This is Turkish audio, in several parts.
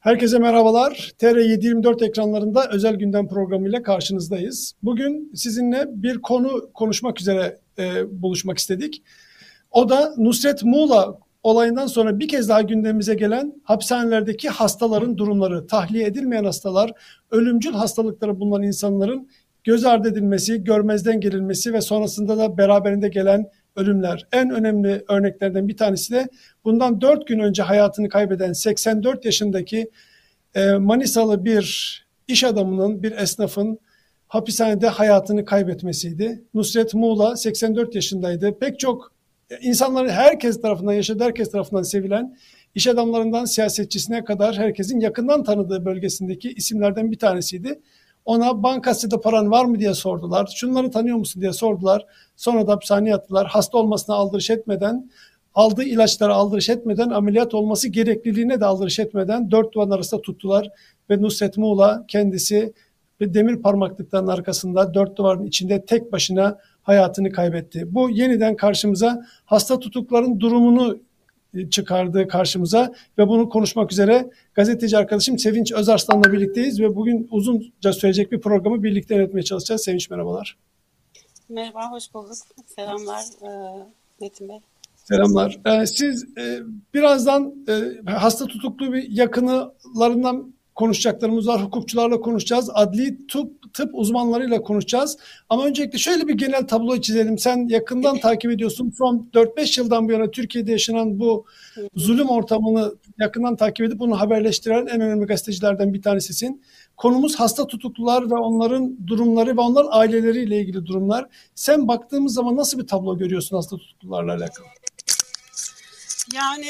Herkese merhabalar. TR724 ekranlarında özel gündem programıyla karşınızdayız. Bugün sizinle bir konu konuşmak üzere buluşmak istedik. O da Nusret Muğla olayından sonra bir kez daha gündemimize gelen hapishanelerdeki hastaların durumları, tahliye edilmeyen hastalar, ölümcül hastalıkları bulunan insanların göz ardı edilmesi, görmezden gelinmesi ve sonrasında da beraberinde gelen ölümler. En önemli örneklerden bir tanesi de bundan 4 gün önce hayatını kaybeden 84 yaşındaki Manisalı bir iş adamının, bir esnafın hapishanede hayatını kaybetmesiydi. Nusret Muğla 84 yaşındaydı. Pek çok insanların herkes tarafından yaşadığı, herkes tarafından sevilen, iş adamlarından siyasetçisine kadar herkesin yakından tanıdığı bölgesindeki isimlerden bir tanesiydi. Ona bankasında paran var mı diye sordular. Şunları tanıyor musun diye sordular. Sonra da hapishaneye attılar. Hasta olmasına aldırış etmeden, aldığı ilaçlara aldırış etmeden, ameliyat olması gerekliliğine de aldırış etmeden dört duvarın arasında tuttular. Ve Nusret Muğla kendisi demir parmaklıkların arkasında dört duvarın içinde tek başına hayatını kaybetti. Bu yeniden karşımıza hasta tutukların durumunu çıkardı karşımıza ve bunu konuşmak üzere gazeteci arkadaşım Sevinç Özarslan'la birlikteyiz ve bugün uzunca sürecek bir programı birlikte yönetmeye çalışacağız. Sevinç merhabalar. Merhaba, hoş bulduk. Selamlar Metin Bey. Selamlar. Siz birazdan hasta tutuklu bir yakınlarından konuşacaklarımız var. Hukukçularla konuşacağız. Adli tıp uzmanlarıyla konuşacağız. Ama öncelikle şöyle bir genel tablo çizelim. Sen yakından takip ediyorsun. Son 4-5 yıldan bu yana Türkiye'de yaşanan bu zulüm ortamını yakından takip edip bunu haberleştiren en önemli gazetecilerden bir tanesisin. Konumuz hasta tutuklular ve onların durumları ve onların aileleriyle ilgili durumlar. Sen baktığımız zaman nasıl bir tablo görüyorsun hasta tutuklularla alakalı? Yani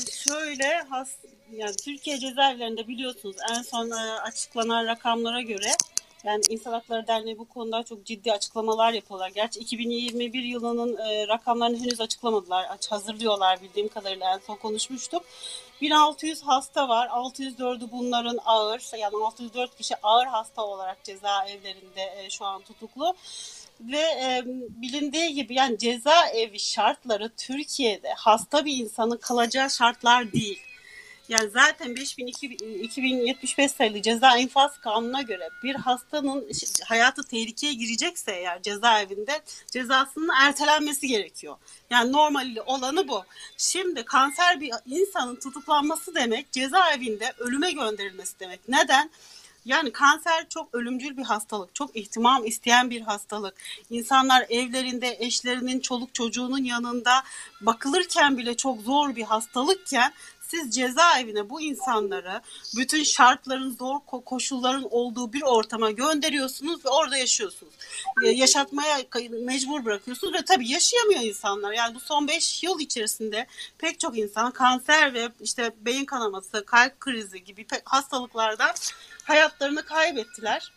yani Türkiye cezaevlerinde biliyorsunuz en son açıklanan rakamlara göre yani İnsan Hakları Derneği bu konuda çok ciddi açıklamalar yapıyorlar. Gerçi 2021 yılının rakamlarını henüz açıklamadılar. Hazırlıyorlar bildiğim kadarıyla, en son konuşmuştuk. 1600 hasta var. 604'ü bunların ağır. Yani 604 kişi ağır hasta olarak cezaevlerinde şu an tutuklu. Ve bilindiği gibi yani cezaevi şartları Türkiye'de hasta bir insanın kalacağı şartlar değil. Yani zaten 2075 sayılı ceza infaz kanununa göre bir hastanın hayatı tehlikeye girecekse eğer cezaevinde cezasının ertelenmesi gerekiyor. Yani normali olanı bu. Şimdi kanser bir insanın tutuklanması demek cezaevinde ölüme gönderilmesi demek. Neden? Yani kanser çok ölümcül bir hastalık, çok ihtimam isteyen bir hastalık. İnsanlar evlerinde eşlerinin, çoluk çocuğunun yanında bakılırken bile çok zor bir hastalıkken siz cezaevine bu insanları bütün şartların, zor koşulların olduğu bir ortama gönderiyorsunuz ve orada yaşıyorsunuz. Yaşatmaya mecbur bırakıyorsunuz ve tabii yaşayamıyor insanlar. Yani bu son 5 yıl içerisinde pek çok insan kanser ve işte beyin kanaması, kalp krizi gibi hastalıklardan hayatlarını kaybettiler.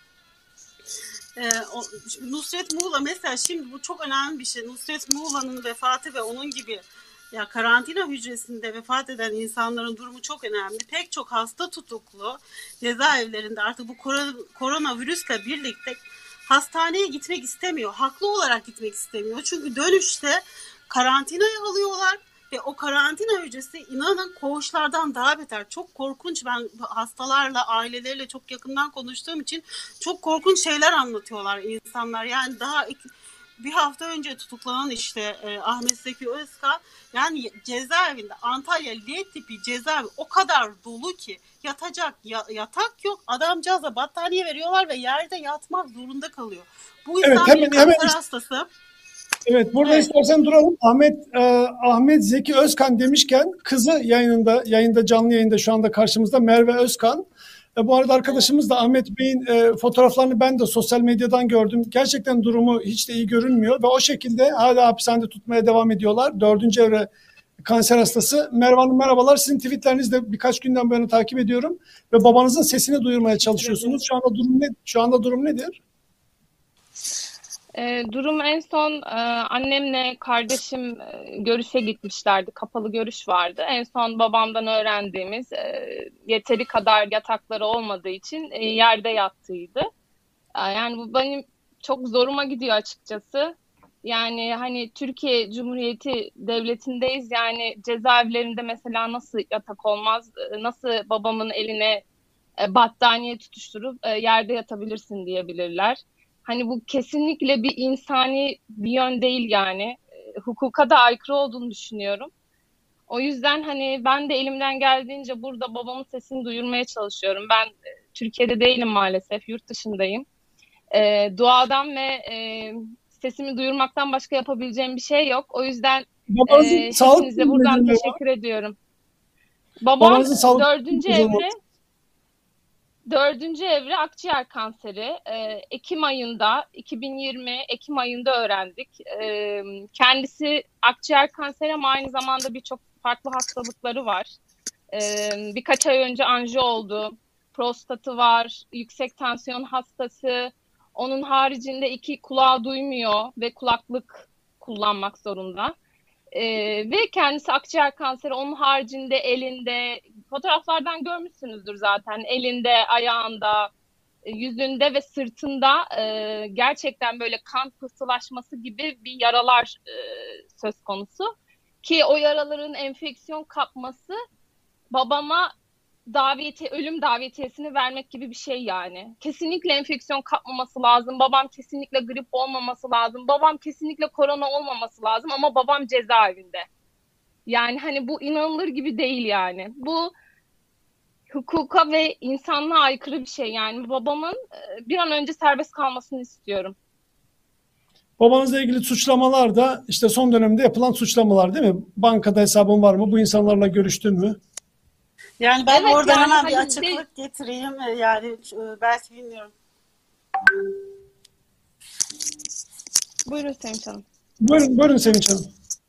Nusret Muğla mesela, şimdi bu çok önemli bir şey. Nusret Muğla'nın vefatı ve onun gibi ya karantina hücresinde vefat eden insanların durumu çok önemli. Pek çok hasta tutuklu cezaevlerinde artık bu koronavirüsle birlikte hastaneye gitmek istemiyor. Haklı olarak gitmek istemiyor. Çünkü dönüşte karantinaya alıyorlar. Ve o karantina hücresi inanın koğuşlardan daha beter. Çok korkunç. Ben hastalarla, aileleriyle çok yakından konuştuğum için çok korkunç şeyler anlatıyorlar insanlar. Yani daha bir hafta önce tutuklanan Ahmet Zeki Özkan, yani cezaevinde Antalya L tipi cezaevi o kadar dolu ki yatacak yatak yok. Adamcağıza battaniye veriyorlar ve yerde yatmak zorunda kalıyor. Bu insan bir kanser hastası. Evet, burada istersen duralım. Ahmet Zeki Özkan demişken kızı yayında canlı yayında şu anda karşımızda Merve Özkan. Bu arada arkadaşımız da Ahmet Bey'in fotoğraflarını ben de sosyal medyadan gördüm. Gerçekten durumu hiç de iyi görünmüyor ve o şekilde hala hapishanede tutmaya devam ediyorlar. 4. evre kanser hastası. Merve Hanım merhabalar. Sizin tweetlerinizi de birkaç günden bu yana takip ediyorum ve babanızın sesini duyurmaya çalışıyorsunuz. Şu anda durum nedir? Durum en son annemle kardeşim görüşe gitmişlerdi. Kapalı görüş vardı. En son babamdan öğrendiğimiz yeteri kadar yatakları olmadığı için yerde yattıydı. Yani bu benim çok zoruma gidiyor açıkçası. Yani hani Türkiye Cumhuriyeti Devleti'ndeyiz. Yani cezaevlerinde mesela nasıl yatak olmaz, nasıl babamın eline battaniye tutuşturup yerde yatabilirsin diyebilirler. Hani bu kesinlikle bir insani bir yön değil yani. Hukuka da aykırı olduğunu düşünüyorum. O yüzden hani ben de elimden geldiğince burada babamın sesini duyurmaya çalışıyorum. Ben Türkiye'de değilim maalesef, yurt dışındayım. Duadan ve sesimi duyurmaktan başka yapabileceğim bir şey yok. O yüzden Babanızın sağlık hepinize buradan durumu ne var? teşekkür ediyorum. Babam Babanızın sağlık dördüncü durumu evre Dördüncü evre akciğer kanseri. Ekim ayında, 2020 Ekim ayında öğrendik. Kendisi akciğer kanseri ama aynı zamanda birçok farklı hastalıkları var. Birkaç ay önce anji oldu. Prostatı var, yüksek tansiyon hastası. Onun haricinde 2 kulağı duymuyor ve kulaklık kullanmak zorunda. Ve kendisi akciğer kanseri, onun haricinde elinde, fotoğraflardan görmüşsünüzdür zaten, elinde, ayağında, yüzünde ve sırtında gerçekten böyle kan pıhtılaşması gibi bir yaralar söz konusu. Ki o yaraların enfeksiyon kapması babama ölüm davetiyesini vermek gibi bir şey yani. Kesinlikle enfeksiyon kapmaması lazım. Babam kesinlikle grip olmaması lazım. Babam kesinlikle korona olmaması lazım ama babam cezaevinde. Yani hani bu inanılır gibi değil yani. Bu hukuka ve insanlığa aykırı bir şey yani. Babamın bir an önce serbest kalmasını istiyorum. Babanızla ilgili suçlamalar da işte son dönemde yapılan suçlamalar değil mi? Bankada hesabın var mı? Bu insanlarla görüştün mü? Yani ben Evet, orada yani hemen bir hani açıklık getireyim. Yani belki bilmiyorum. buyurun Sevinç Hanım. Buyurun Sevinç Hanım.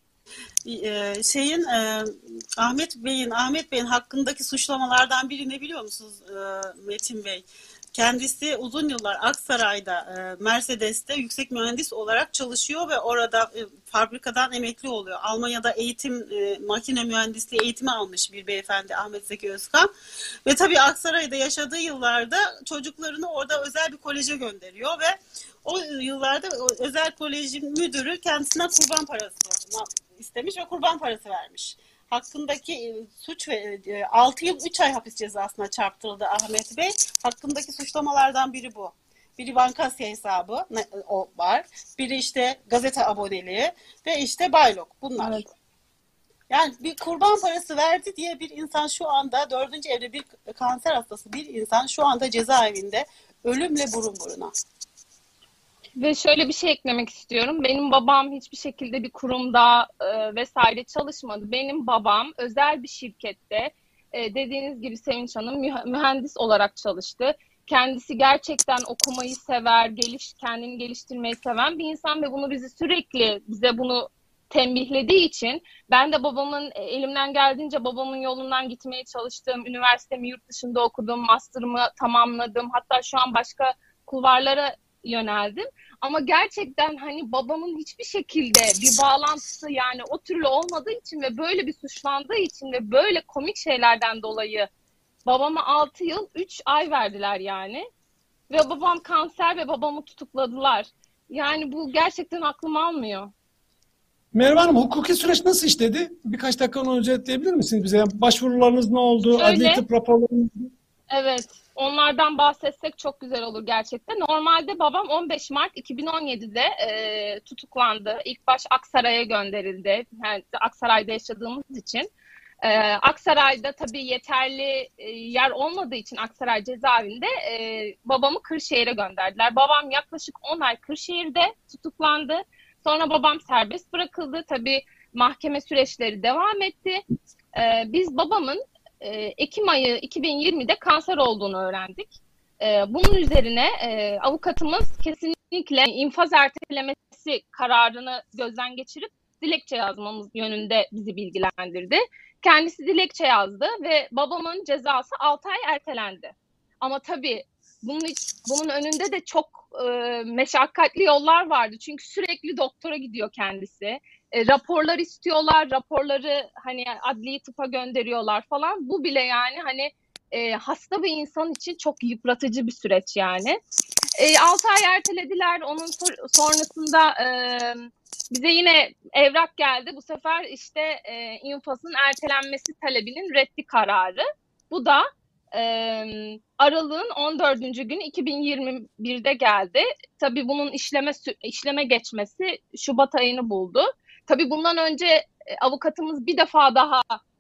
Ahmet Bey'in hakkındaki suçlamalardan biri ne biliyor musunuz Metin Bey? Kendisi uzun yıllar Aksaray'da Mercedes'te yüksek mühendis olarak çalışıyor ve orada fabrikadan emekli oluyor. Almanya'da makine mühendisliği eğitimi almış bir beyefendi Ahmet Zeki Özkan. Ve tabii Aksaray'da yaşadığı yıllarda çocuklarını orada özel bir koleje gönderiyor ve o yıllarda özel kolejin müdürü kendisinden kurban parası istemiş ve kurban parası vermiş. Hakkındaki suç ve 6 yıl 3 ay hapis cezasına çarptırıldı Ahmet Bey. Hakkındaki suçlamalardan biri bu. Biri bankasya hesabı o var. Biri işte gazete aboneliği ve işte baylok. Bunlar. Evet. Yani bir kurban parası verdi diye bir insan şu anda 4. evre bir kanser hastası bir insan şu anda cezaevinde ölümle burun buruna. Ve şöyle bir şey eklemek istiyorum. Benim babam hiçbir şekilde bir kurumda vesaire çalışmadı. Benim babam özel bir şirkette dediğiniz gibi Sevinç Hanım mühendis olarak çalıştı. Kendisi gerçekten okumayı sever, kendini geliştirmeyi seven bir insan ve bunu bize bunu tembihlediği için ben de babamın elimden geldiğince babamın yolundan gitmeye çalıştım. Üniversitemi yurt dışında okudum, master'ımı tamamladım. Hatta şu an başka kulvarlara yöneldim. Ama gerçekten hani babamın hiçbir şekilde bir bağlantısı yani o türlü olmadığı için ve böyle bir suçlandığı için ve böyle komik şeylerden dolayı babama 6 yıl 3 ay verdiler yani. Ve babam kanser ve babamı tutukladılar. Yani bu gerçekten aklım almıyor. Merve Hanım, hukuki süreç nasıl işledi? Birkaç dakika onu özetleyebilir misiniz bize? Yani başvurularınız ne oldu? Adli tıp raporlarınız. Evet, onlardan bahsetsek çok güzel olur gerçekten. Normalde babam 15 Mart 2017'de tutuklandı. İlk baş Aksaray'a gönderildi. Yani Aksaray'da yaşadığımız için. Aksaray'da tabii yeterli yer olmadığı için Aksaray cezaevinde babamı Kırşehir'e gönderdiler. Babam yaklaşık 10 ay Kırşehir'de tutuklandı. Sonra babam serbest bırakıldı. Tabii mahkeme süreçleri devam etti. Biz babamın Ekim ayı 2020'de kanser olduğunu öğrendik. Bunun üzerine avukatımız kesinlikle infaz ertelemesi kararını gözden geçirip dilekçe yazmamız yönünde bizi bilgilendirdi. Kendisi dilekçe yazdı ve babamın cezası 6 ay ertelendi. Ama tabii bunun önünde de çok meşakkatli yollar vardı. Çünkü sürekli doktora gidiyor kendisi. Raporlar istiyorlar, raporları hani adli tıpa gönderiyorlar falan. Bu bile yani hani hasta bir insan için çok yıpratıcı bir süreç yani. 6 ay ertelediler. Onun sonrasında Bize yine evrak geldi. Bu sefer işte infazın ertelenmesi talebinin reddi kararı. Bu da Aralık'ın 14. günü 2021'de geldi. Tabii bunun işleme geçmesi Şubat ayını buldu. Tabii bundan önce avukatımız bir defa daha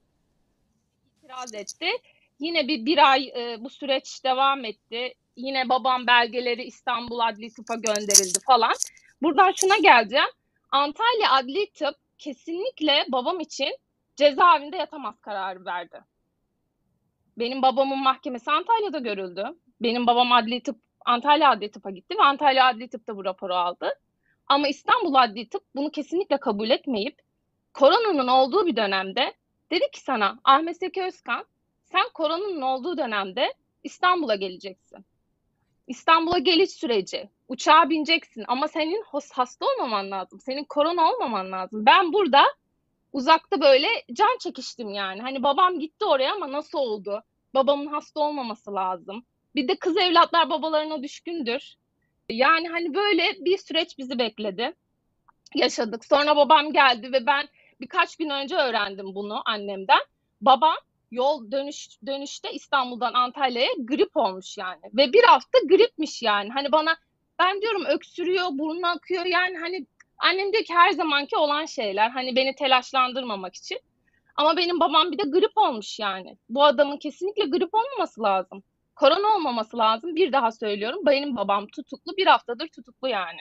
itiraz etti. Yine bir ay bu süreç devam etti. Yine babam belgeleri İstanbul Adli Tıp'a gönderildi falan. Buradan şuna geleceğim. Antalya Adli Tıp kesinlikle babam için cezaevinde yatamaz kararı verdi. Benim babamın mahkemesi Antalya'da görüldü. Benim babam Antalya Adli Tıp'a gitti ve Antalya Adli Tıp da bu raporu aldı. Ama İstanbul Adli Tıp bunu kesinlikle kabul etmeyip koronanın olduğu bir dönemde dedi ki sana Ahmet Zeki Özkan, sen koronanın olduğu dönemde İstanbul'a geleceksin. İstanbul'a geliş süreci, uçağa bineceksin ama senin hasta olmaman lazım. Senin korona olmaman lazım. Ben burada uzakta böyle can çekiştim yani. Hani babam gitti oraya ama nasıl oldu? Babamın hasta olmaması lazım. Bir de kız evlatlar babalarına düşkündür. Yani hani böyle bir süreç bizi bekledi. Yaşadık. Sonra babam geldi ve ben birkaç gün önce öğrendim bunu annemden. Babam dönüşte İstanbul'dan Antalya'ya grip olmuş yani. Ve bir hafta gripmiş yani. Hani ben diyorum öksürüyor, burnu akıyor yani hani annem diyor ki her zamanki olan şeyler. Hani beni telaşlandırmamak için. Ama benim babam bir de grip olmuş yani. Bu adamın kesinlikle grip olmaması lazım. Korona olmaması lazım. Bir daha söylüyorum. Benim babam tutuklu. Bir haftadır tutuklu yani.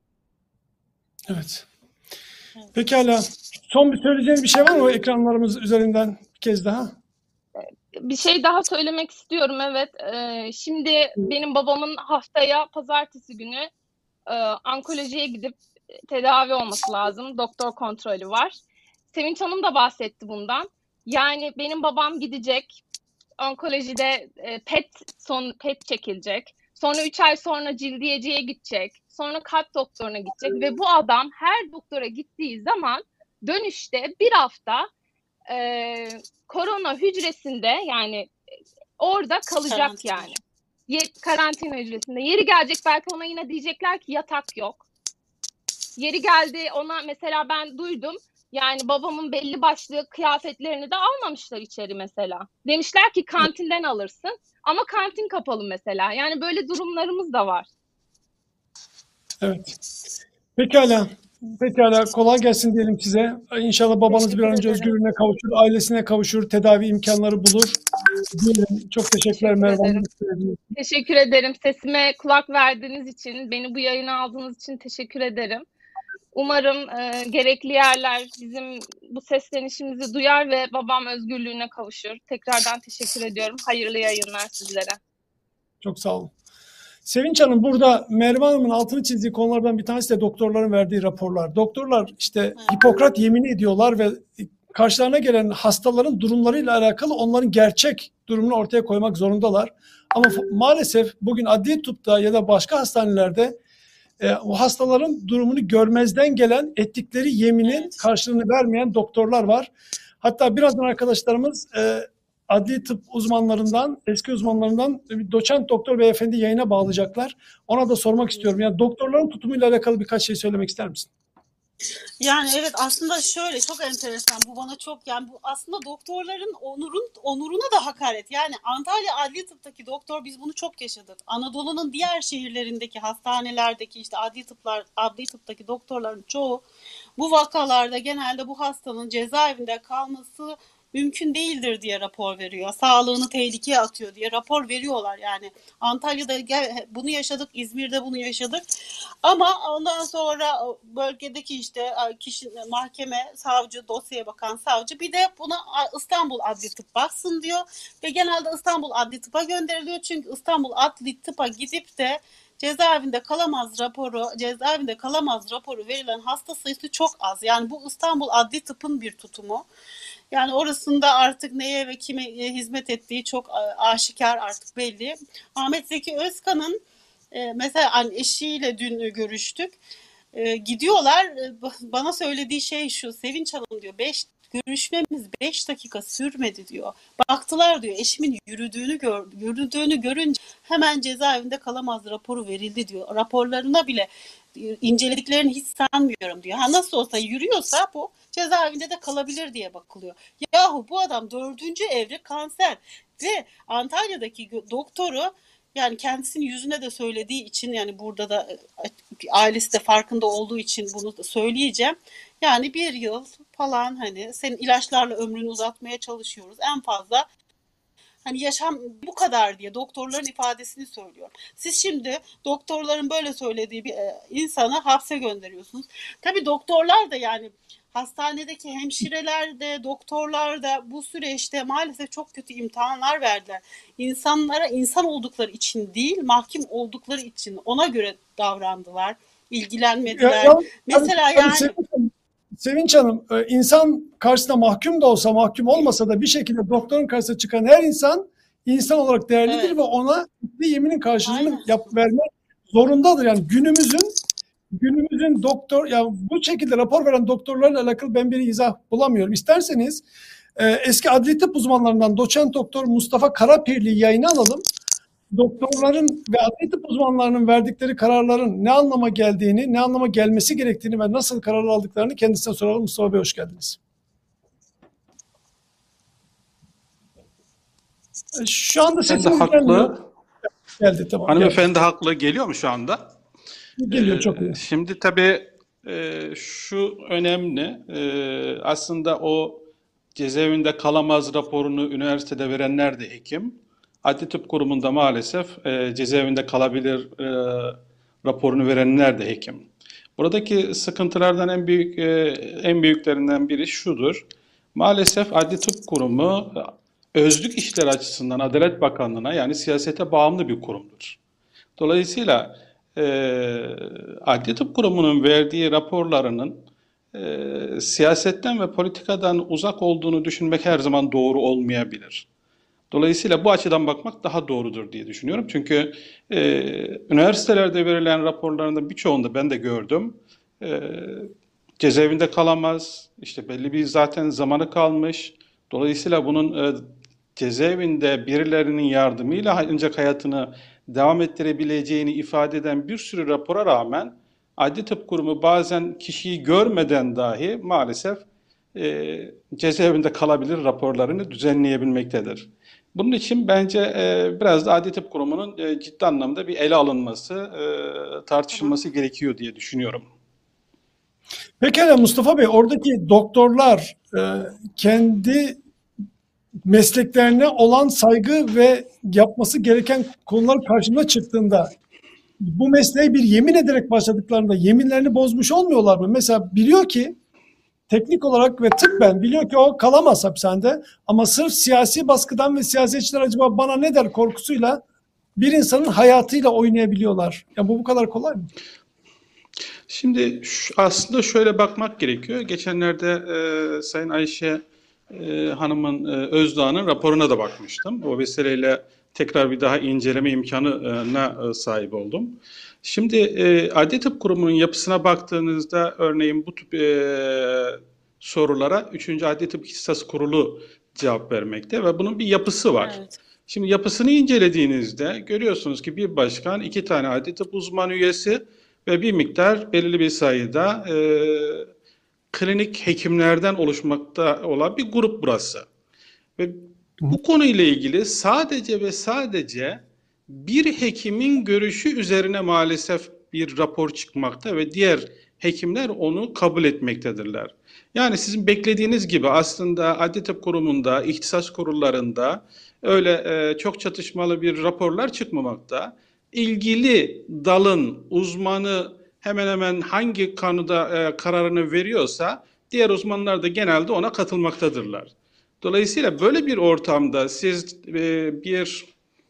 Evet. Pekala. Son bir söyleyeceğiniz bir şey var mı ekranlarımız üzerinden bir kez daha? Bir şey daha söylemek istiyorum, evet. Şimdi benim babamın haftaya pazartesi günü onkolojiye gidip tedavi olması lazım. Doktor kontrolü var. Sevinç Hanım da bahsetti bundan. Yani benim babam gidecek. Onkolojide PET çekilecek. Sonra 3 ay sonra cildiyeciye gidecek. Sonra kalp doktoruna gidecek. Ve bu adam her doktora gittiği zaman dönüşte bir hafta korona hücresinde yani orada kalacak yani. Karantina hücresinde. Yeri gelecek belki ona yine diyecekler ki yatak yok. Yeri geldi ona mesela ben duydum. Yani babamın belli başlı kıyafetlerini de almamışlar içeri mesela. Demişler ki kantinden alırsın ama kantin kapalı mesela. Yani böyle durumlarımız da var. Evet. Pekala. Kolay gelsin diyelim size. İnşallah babanız bir an önce özgürlüğüne kavuşur, ailesine kavuşur, tedavi imkanları bulur. Diyelim. Çok teşekkürler Merve Hanım. Teşekkür ederim. Sesime kulak verdiğiniz için, beni bu yayına aldığınız için teşekkür ederim. Umarım gerekli yerler bizim bu seslenişimizi duyar ve babam özgürlüğüne kavuşur. Tekrardan teşekkür ediyorum. Hayırlı yayınlar sizlere. Çok sağ olun. Sevinç Hanım, burada Merve Hanım'ın altını çizdiği konulardan bir tanesi de doktorların verdiği raporlar. Doktorlar işte Hipokrat yemini ediyorlar ve karşılarına gelen hastaların durumlarıyla alakalı onların gerçek durumunu ortaya koymak zorundalar. Ama maalesef bugün adli tıpta ya da başka hastanelerde o hastaların durumunu görmezden gelen, ettikleri yeminin karşılığını vermeyen doktorlar var. Hatta birazdan arkadaşlarımız adli tıp uzmanlarından, eski uzmanlarından bir doçent doktor beyefendi yayına bağlayacaklar. Ona da sormak istiyorum. Yani doktorların tutumuyla alakalı birkaç şey söylemek ister misin? Yani evet, aslında şöyle çok enteresan, bu bana çok, yani bu aslında doktorların onuruna da hakaret. Yani Antalya Adli Tıp'taki doktor, biz bunu çok yaşadık. Anadolu'nun diğer şehirlerindeki hastanelerdeki işte adli tıptaki doktorların çoğu bu vakalarda genelde bu hastanın cezaevinde kalması mümkün değildir diye rapor veriyor. Sağlığını tehlikeye atıyor diye rapor veriyorlar yani. Antalya'da bunu yaşadık, İzmir'de bunu yaşadık. Ama ondan sonra bölgedeki işte mahkeme, savcı, dosyaya bakan savcı bir de buna İstanbul Adli Tıp baksın diyor. Ve genelde İstanbul Adli Tıp'a gönderiliyor. Çünkü İstanbul Adli Tıp'a gidip de cezaevinde kalamaz raporu verilen hasta sayısı çok az. Yani bu İstanbul Adli Tıp'ın bir tutumu. Yani orasında artık neye ve kime hizmet ettiği çok aşikar, artık belli. Ahmet Zeki Özkan'ın mesela eşiyle dün görüştük. Gidiyorlar, bana söylediği şey şu: Sevinç Hanım diyor, görüşmemiz 5 dakika sürmedi diyor. Baktılar diyor, eşimin yürüdüğünü görünce hemen cezaevinde kalamaz raporu verildi diyor. Raporlarına bile incelediklerini hiç sanmıyorum diyor. Ha, nasıl olsa yürüyorsa bu cezaevinde de kalabilir diye bakılıyor. Yahu bu adam 4. evre kanser ve Antalya'daki doktoru, yani kendisinin yüzüne de söylediği için, yani burada da ailesi de farkında olduğu için bunu da söyleyeceğim. Yani 1 yıl falan, hani senin ilaçlarla ömrünü uzatmaya çalışıyoruz. En fazla hani yaşam bu kadar diye doktorların ifadesini söylüyorum. Siz şimdi doktorların böyle söylediği bir insanı hapse gönderiyorsunuz. Tabii doktorlar da, yani hastanedeki hemşireler de doktorlar da bu süreçte maalesef çok kötü imtihanlar verdiler. İnsanlara insan oldukları için değil, mahkum oldukları için ona göre davrandılar, ilgilenmediler. Mesela yani Sevinç Hanım, insan karşısında mahkum da olsa mahkum olmasa da bir şekilde doktorun karşısına çıkan her insan olarak değerlidir, evet, ve ona yeminin karşılığını vermek zorundadır. Yani günümüzün doktor, yani bu şekilde rapor veren doktorlarla alakalı ben bir izah bulamıyorum. İsterseniz eski adli tıp uzmanlarından doçent doktor Mustafa Karapirli'yi yayına alalım. Doktorların ve adli tıp uzmanlarının verdikleri kararların ne anlama geldiğini, ne anlama gelmesi gerektiğini ve nasıl karar aldıklarını kendisine soralım. Mustafa Bey, hoş geldiniz. Şu anda sesiniz gelmiyor. Geldi, tamam. Hanımefendi haklı. Geliyor mu şu anda? Geliyor, çok iyi. Şimdi tabii şu önemli. Aslında o cezaevinde kalamaz raporunu üniversitede verenler de hekim. Adli Tıp Kurumu'nda maalesef cezaevinde kalabilir raporunu verenler de hekim. Buradaki sıkıntılardan en büyüklerinden biri şudur. Maalesef Adli Tıp Kurumu özlük işler açısından Adalet Bakanlığı'na, yani siyasete bağımlı bir kurumdur. Dolayısıyla Adli Tıp Kurumu'nun verdiği raporlarının siyasetten ve politikadan uzak olduğunu düşünmek her zaman doğru olmayabilir. Dolayısıyla bu açıdan bakmak daha doğrudur diye düşünüyorum. Çünkü üniversitelerde verilen raporlarında birçoğunda ben de gördüm. Cezaevinde kalamaz, işte belli bir zaten zamanı kalmış. Dolayısıyla bunun cezaevinde birilerinin yardımıyla ancak hayatını devam ettirebileceğini ifade eden bir sürü rapora rağmen Adli Tıp Kurumu bazen kişiyi görmeden dahi maalesef cezaevinde kalabilir raporlarını düzenleyebilmektedir. Bunun için bence biraz da Adli Tıp Kurumu'nun ciddi anlamda bir ele alınması, tartışılması gerekiyor diye düşünüyorum. Pekala Mustafa Bey, oradaki doktorlar kendi mesleklerine olan saygı ve yapması gereken konular karşımıza çıktığında bu mesleğe bir yemin ederek başladıklarında yeminlerini bozmuş olmuyorlar mı? Mesela biliyor ki teknik olarak ve tıbben biliyor ki o kalamaz hapishanede, ama sırf siyasi baskıdan ve siyasetçiler acaba bana ne der korkusuyla bir insanın hayatıyla oynayabiliyorlar. Ya bu kadar kolay mı? Şimdi aslında şöyle bakmak gerekiyor. Geçenlerde Sayın Ayşe Hanım'ın Özdağ'ın raporuna da bakmıştım. O vesileyle tekrar bir daha inceleme imkanına sahip oldum. Şimdi Adli Tıp Kurumu'nun yapısına baktığınızda örneğin bu tip sorulara 3. Adli Tıp İhtisas Kurulu cevap vermekte ve bunun bir yapısı var. Evet. Şimdi yapısını incelediğinizde görüyorsunuz ki bir başkan, 2 tane adli tıp uzman üyesi ve bir miktar belirli bir sayıda klinik hekimlerden oluşmakta olan bir grup burası. Ve bu konuyla ilgili sadece ve sadece bir hekimin görüşü üzerine maalesef bir rapor çıkmakta ve diğer hekimler onu kabul etmektedirler. Yani sizin beklediğiniz gibi aslında Adli Tıp Kurumu'nda, ihtisas kurullarında öyle çok çatışmalı bir raporlar çıkmamakta. İlgili dalın uzmanı hemen hemen hangi konuda kararını veriyorsa diğer uzmanlar da genelde ona katılmaktadırlar. Dolayısıyla böyle bir ortamda siz bir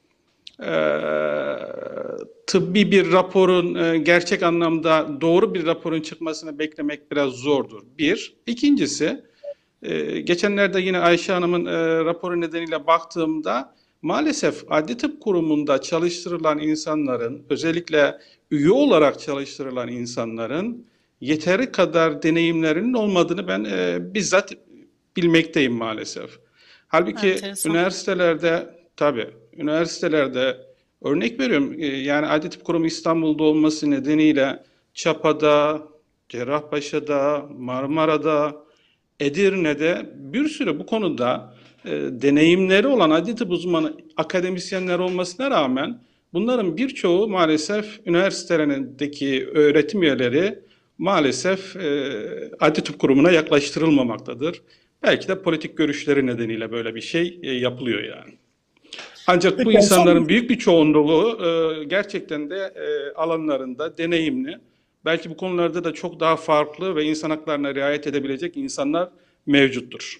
tıbbi bir raporun gerçek anlamda doğru bir raporun çıkmasını beklemek biraz zordur. Bir. İkincisi, geçenlerde yine Ayşe Hanım'ın raporu nedeniyle baktığımda maalesef Adli Tıp Kurumu'nda çalıştırılan insanların, özellikle üye olarak çalıştırılan insanların yeteri kadar deneyimlerinin olmadığını ben bizzat bilmekteyim maalesef. Halbuki Enteresan. üniversitelerde örnek veriyorum, yani Adli Tıp Kurumu İstanbul'da olması nedeniyle Çapa'da, Cerrahpaşa'da, Marmara'da, Edirne'de bir sürü bu konuda deneyimleri olan adli tıp uzmanı akademisyenler olmasına rağmen bunların birçoğu maalesef üniversitelerindeki öğretim üyeleri maalesef adli tıp kurumuna yaklaştırılmamaktadır. Belki de politik görüşleri nedeniyle böyle bir şey yapılıyor yani. Ancak bu Peki, insanların büyük bir çoğunluğu gerçekten de alanlarında deneyimli. Belki bu konularda da çok daha farklı ve insan haklarına riayet edebilecek insanlar mevcuttur.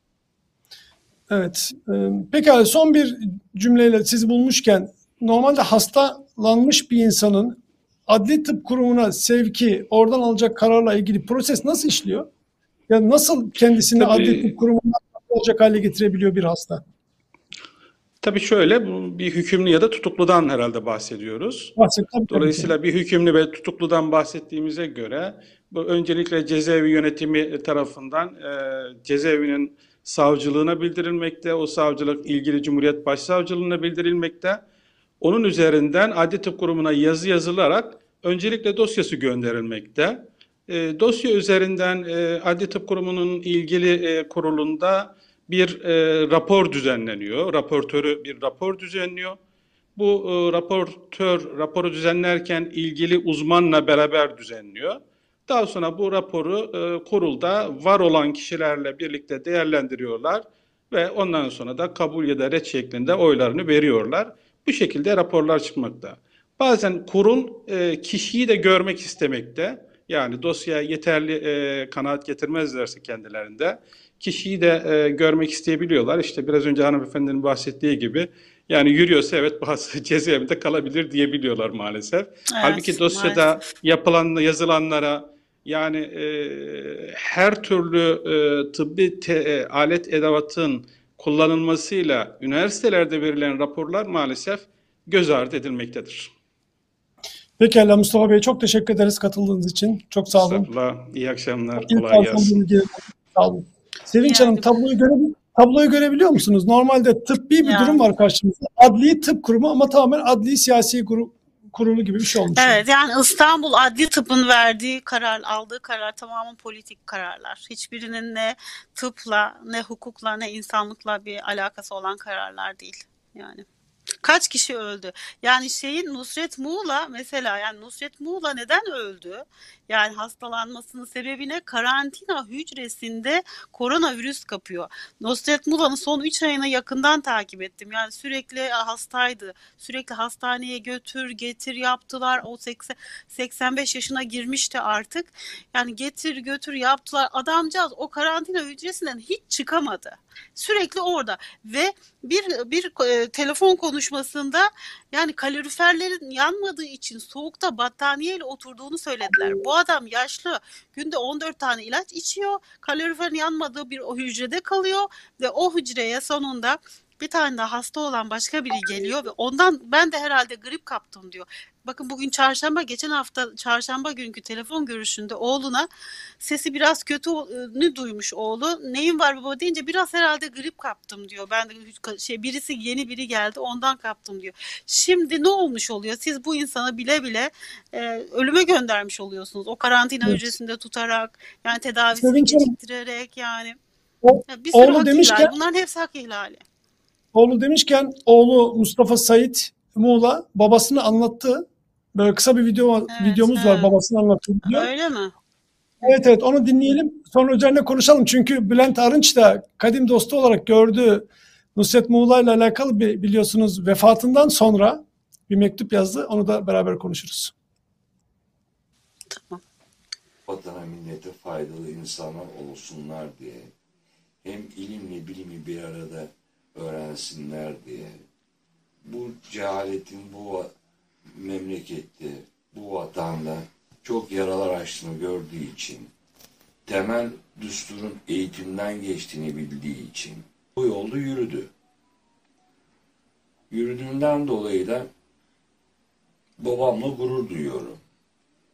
Evet. Pekala, son bir cümleyle sizi bulmuşken, normalde hastalanmış bir insanın adli tıp kurumuna sevki, oradan alacak kararla ilgili proses nasıl işliyor? Yani nasıl kendisini adli tıp kurumuna olacak hale getirebiliyor bir hasta? Tabii şöyle, bu bir hükümlü ya da tutukludan herhalde bahsediyoruz. Tabii. Dolayısıyla bir hükümlü ve tutukludan bahsettiğimize göre bu öncelikle cezaevi yönetimi tarafından cezaevinin savcılığına bildirilmekte, o savcılık ilgili Cumhuriyet Başsavcılığına bildirilmekte. Onun üzerinden Adli Tıp Kurumu'na yazı yazılarak öncelikle dosyası gönderilmekte. Dosya üzerinden Adli Tıp Kurumu'nun ilgili kurulunda bir rapor düzenleniyor. Raportörü bir rapor düzenliyor. Bu raportör raporu düzenlerken ilgili uzmanla beraber düzenliyor. Daha sonra bu raporu kurulda var olan kişilerle birlikte değerlendiriyorlar ve ondan sonra da kabul ya da ret şeklinde oylarını veriyorlar. Bu şekilde raporlar çıkmakta. Bazen kurul kişiyi de görmek istemekte. Yani dosyaya yeterli kanaat getirmezlerse kendilerinde kişiyi de görmek isteyebiliyorlar. İşte biraz önce hanımefendinin bahsettiği gibi, yani yürüyorsa evet bazı cezaevinde kalabilir diyebiliyorlar maalesef. Evet, Halbuki dosyada maalesef. yazılanlara yani her türlü tıbbi alet edevatın kullanılmasıyla üniversitelerde verilen raporlar maalesef göz ardı edilmektedir. Pekala Mustafa Bey, çok teşekkür ederiz katıldığınız için. Çok sağ olun. Estağfurullah. İyi akşamlar. İlk Kolay gelsin. Sağ olun. Sevinç Hanım, tabloyu görebiliyor musunuz? Normalde tıbbi bir durum var karşımızda. Adli Tıp Kurumu ama tamamen adli siyasi kurulu gibi bir şey olmuş. Evet, yani İstanbul Adli Tıp'ın aldığı karar tamamen politik kararlar. Hiçbirinin ne tıpla, ne hukukla, ne insanlıkla bir alakası olan kararlar değil. Yani kaç kişi öldü? Yani Nusret Muğla mesela, yani Nusret Muğla neden öldü? Yani hastalanmasının sebebi ne? Karantina hücresinde koronavirüs kapıyor. Nusret Muğla'nın son 3 ayını yakından takip ettim. Yani sürekli hastaydı. Sürekli hastaneye götür getir yaptılar. O 85 yaşına girmişti artık. Yani getir götür yaptılar. Adamcağız o karantina hücresinden hiç çıkamadı. Sürekli orada ve bir telefon konuşmasında yani kaloriferlerin yanmadığı için soğukta battaniyeyle oturduğunu söylediler. Bu adam yaşlı, günde 14 tane ilaç içiyor, kaloriferin yanmadığı bir o hücrede kalıyor ve o hücreye sonunda bir tane daha hasta olan başka biri geliyor ve ondan ben de herhalde grip kaptım diyor. Bakın bugün çarşamba, geçen hafta çarşamba günkü telefon görüşünde oğluna sesi biraz kötü'nü duymuş oğlu. Neyin var baba deyince biraz herhalde grip kaptım diyor. Ben de yeni biri geldi ondan kaptım diyor. Şimdi ne olmuş oluyor? Siz bu insanı bile bile ölüme göndermiş oluyorsunuz. O karantina hücresinde tutarak, yani tedavisini geciktirerek, yani bir sürü hak ihlali. Bunların hepsi hak ihlali. Oğlu demişken, oğlu Mustafa Sait Muğla babasını anlattı. Böyle kısa bir videomuz var, babasını anlattığı video. Öyle mi? Evet, onu dinleyelim. Sonra üzerine konuşalım. Çünkü Bülent Arınç da kadim dostu olarak gördüğü Nusret Muğla ile alakalı biliyorsunuz vefatından sonra bir mektup yazdı. Onu da beraber konuşuruz. Tamam. Vatana millete faydalı insanlar olsunlar diye, hem ilimle bilimi bir arada öğrensinler diye, bu cehaletin bu memlekette, bu vatanda çok yaralar açtığını gördüğü için, temel düsturun eğitimden geçtiğini bildiği için bu yolda yürüdü. Yürüdüğünden dolayı da babamla gurur duyuyorum.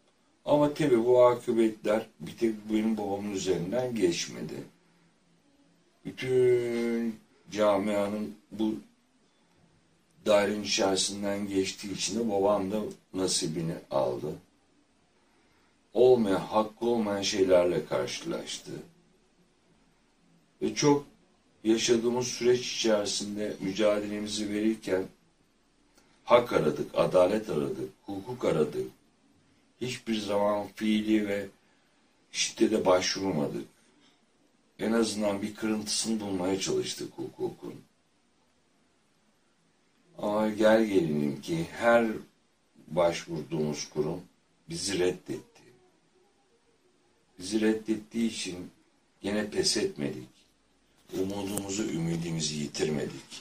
Ama tabii bu akıbetler bir tek benim babamın üzerinden geçmedi. bütün camianın bu dairenin içerisinden geçtiği için de babam da nasibini aldı. Hakkı olmayan şeylerle karşılaştı. Ve çok yaşadığımız süreç içerisinde mücadelemizi verirken hak aradık, adalet aradık, hukuk aradık. Hiçbir zaman fiili ve şiddete başvurmadık. En azından bir kırıntısını bulmaya çalıştık hukukun. Ama gel gelelim ki her başvurduğumuz kurum bizi reddetti. Bizi reddettiği için gene pes etmedik. Umudumuzu, ümidimizi yitirmedik.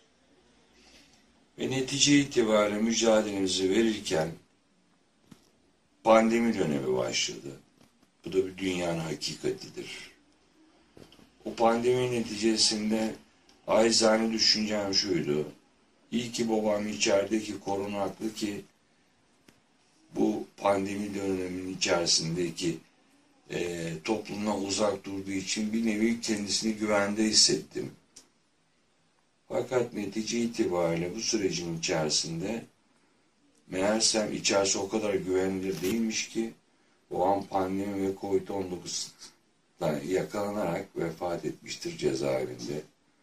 Ve netice itibariyle mücadelemizi verirken pandemi dönemi başladı. Bu da bir dünyanın hakikatidir. O pandemi neticesinde acizane düşüncem şuydu. İyi ki babam içerideki korunaklı ki bu pandemi döneminin içerisindeki toplumdan uzak durduğu için bir nevi kendisini güvende hissettim. Fakat netice itibariyle bu sürecin içerisinde meğersem içerisi o kadar güvenilir değilmiş ki babam pandemi ve Covid-19'da yakalanarak vefat etmiştir cezaevinde.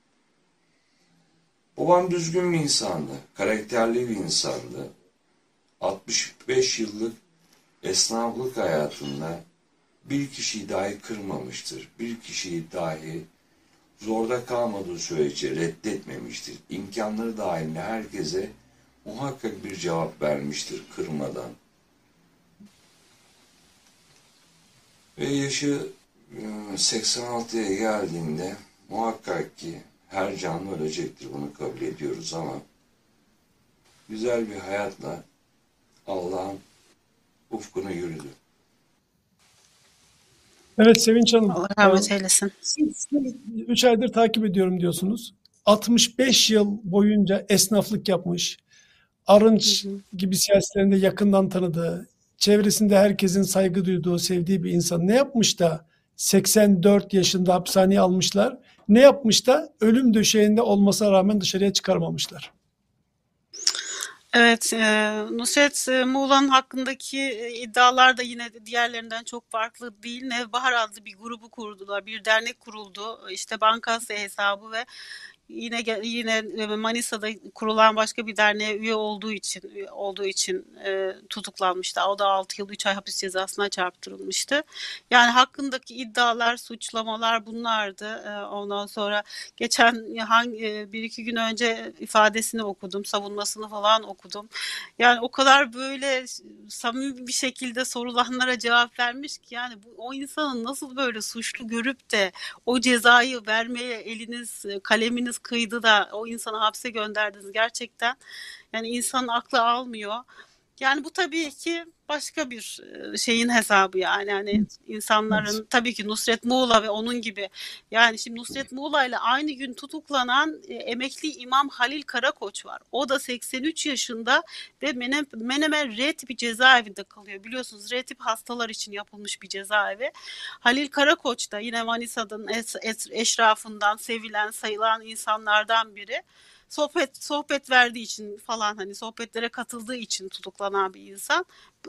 Babam düzgün bir insandı, karakterli bir insandı. 65 yıllık esnaflık hayatında bir kişiyi dahi kırmamıştır. Bir kişiyi dahi zorda kalmadığı sürece reddetmemiştir. İmkanları dahilinde herkese muhakkak bir cevap vermiştir kırmadan. Ve yaşı 86'ya geldiğinde muhakkak ki her canlı ölecektir, bunu kabul ediyoruz ama güzel bir hayatla Allah'ın ufkunu yürüdü. Evet Sevinç Hanım. Allah rahmet eylesin. Siz 3 aydır takip ediyorum diyorsunuz. 65 yıl boyunca esnaflık yapmış, Arınç gibi siyasetlerinde yakından tanıdığı, çevresinde herkesin saygı duyduğu, sevdiği bir insan ne yapmış da 84 yaşında hapishaneye almışlar? Ne yapmış da ölüm döşeğinde olmasına rağmen dışarıya çıkarmamışlar? Evet, Nusret Muğla'nın hakkındaki iddialar da yine diğerlerinden çok farklı değil. Nevbahar adlı bir grubu kurdular, bir dernek kuruldu. İşte bankası hesabı ve yine Manisa'da kurulan başka bir derneğe üye olduğu için tutuklanmıştı. O da 6 yıl 3 ay hapis cezasına çarptırılmıştı. Yani hakkındaki iddialar, suçlamalar bunlardı. Ondan sonra geçen bir iki gün önce ifadesini okudum, savunmasını falan okudum. Yani o kadar böyle samimi bir şekilde sorulanlara cevap vermiş ki yani o insanın nasıl böyle suçlu görüp de o cezayı vermeye kaleminiz kıydı da o insanı hapse gönderdiniz gerçekten. Yani insanın aklı almıyor. Yani bu tabii ki başka bir şeyin hesabı yani. Yani insanların tabii ki Nusret Muğla ve onun gibi. Yani şimdi Nusret Muğla ile aynı gün tutuklanan emekli İmam Halil Karakoç var. O da 83 yaşında ve Menemen R tipi cezaevinde kalıyor. Biliyorsunuz R tip hastalar için yapılmış bir cezaevi. Halil Karakoç da yine Manisa'nın eşrafından sevilen, sayılan insanlardan biri. Sohbet verdiği için falan hani sohbetlere katıldığı için tutuklanan bir insan.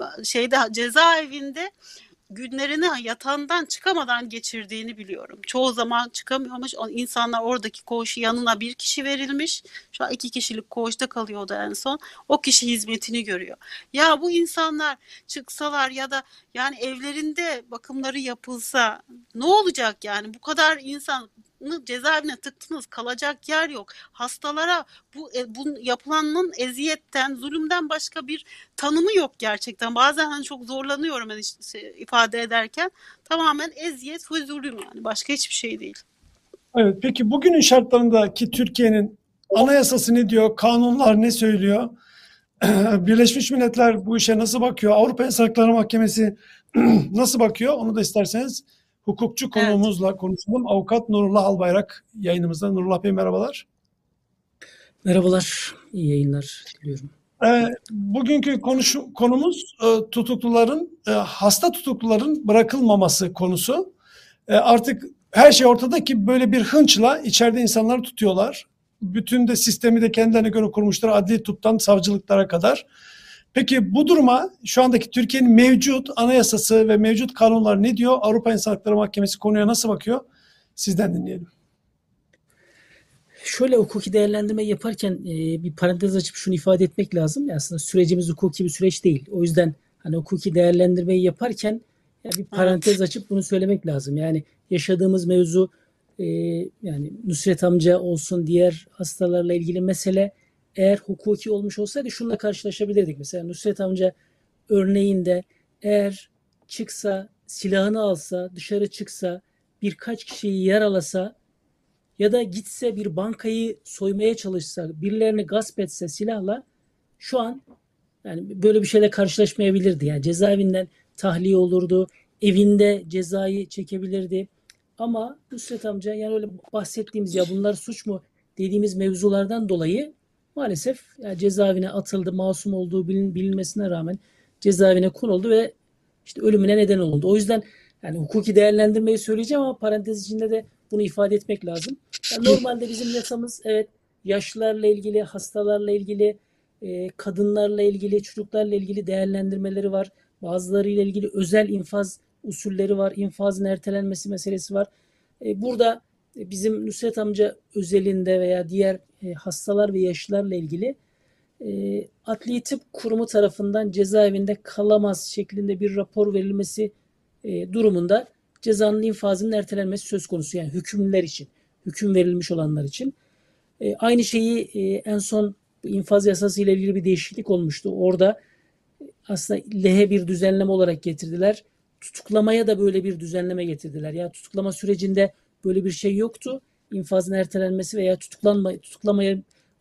Cezaevinde günlerini yatağından çıkamadan geçirdiğini biliyorum. Çoğu zaman çıkamıyormuş. İnsanlar oradaki koğuşu yanına bir kişi verilmiş. Şu an 2 kişilik koğuşta kalıyordu en son. O kişi hizmetini görüyor. Ya bu insanlar çıksalar ya da yani evlerinde bakımları yapılsa ne olacak yani? Bu kadar insan cezaevine tıktınız, kalacak yer yok. Hastalara bu yapılanın eziyetten, zulümden başka bir tanımı yok gerçekten. Bazen hani çok zorlanıyorum hani ifade ederken. Tamamen eziyet ve zulüm yani. Başka hiçbir şey değil. Evet, peki bugünün şartlarındaki Türkiye'nin anayasası ne diyor? Kanunlar ne söylüyor? Birleşmiş Milletler bu işe nasıl bakıyor? Avrupa İnsan Hakları Mahkemesi nasıl bakıyor? Onu da isterseniz hukukçu konuğumuzla konuşalım. Avukat Nurullah Albayrak yayınımızda. Nurullah Bey merhabalar. Merhabalar, iyi yayınlar diliyorum. Bugünkü konumuz hasta tutukluların bırakılmaması konusu. Artık her şey ortada ki böyle bir hınçla içeride insanları tutuyorlar. Bütün de sistemi de kendilerine göre kurmuşlar, adli tıptan savcılıklara kadar. Peki bu duruma şu andaki Türkiye'nin mevcut anayasası ve mevcut kanunlar ne diyor? Avrupa İnsan Hakları Mahkemesi konuya nasıl bakıyor? Sizden dinleyelim. Şöyle hukuki değerlendirme yaparken bir parantez açıp şunu ifade etmek lazım. Aslında sürecimiz hukuki bir süreç değil. O yüzden hani hukuki değerlendirmeyi yaparken bir parantez açıp bunu söylemek lazım. Yani yaşadığımız mevzu yani Nusret amca olsun, diğer hastalarla ilgili mesele eğer hukuki olmuş olsaydı şununla karşılaşabilirdik. Mesela Nusret amca örneğinde eğer çıksa, silahını alsa, dışarı çıksa, birkaç kişiyi yaralasa ya da gitse bir bankayı soymaya çalışsa, birilerini gasp etse silahla şu an yani böyle bir şeyle karşılaşmayabilirdi. Yani cezaevinden tahliye olurdu, evinde cezayı çekebilirdi. Ama Nusret amca yani öyle bahsettiğimiz ya bunlar suç mu dediğimiz mevzulardan dolayı maalesef yani cezaevine atıldı, masum olduğu bilinmesine rağmen cezaevine konuldu ve işte ölümüne neden oldu. O yüzden yani hukuki değerlendirmeyi söyleyeceğim ama parantez içinde de bunu ifade etmek lazım. Yani normalde bizim yasamız evet yaşlılarla ilgili, hastalarla ilgili, kadınlarla ilgili, çocuklarla ilgili değerlendirmeleri var. Bazılarıyla ilgili özel infaz usulleri var. İnfazın ertelenmesi meselesi var. Burada bizim Nusret amca özelinde veya diğer hastalar ve yaşlılarla ilgili Adli Tıp Kurumu tarafından cezaevinde kalamaz şeklinde bir rapor verilmesi durumunda cezanın infazının ertelenmesi söz konusu. Yani hükümlüler için, hüküm verilmiş olanlar için. Aynı şeyi en son infaz yasası ile ilgili bir değişiklik olmuştu. Orada aslında lehe bir düzenleme olarak getirdiler. Tutuklamaya da böyle bir düzenleme getirdiler. Yani tutuklama sürecinde böyle bir şey yoktu. İnfazın ertelenmesi veya tutuklamaya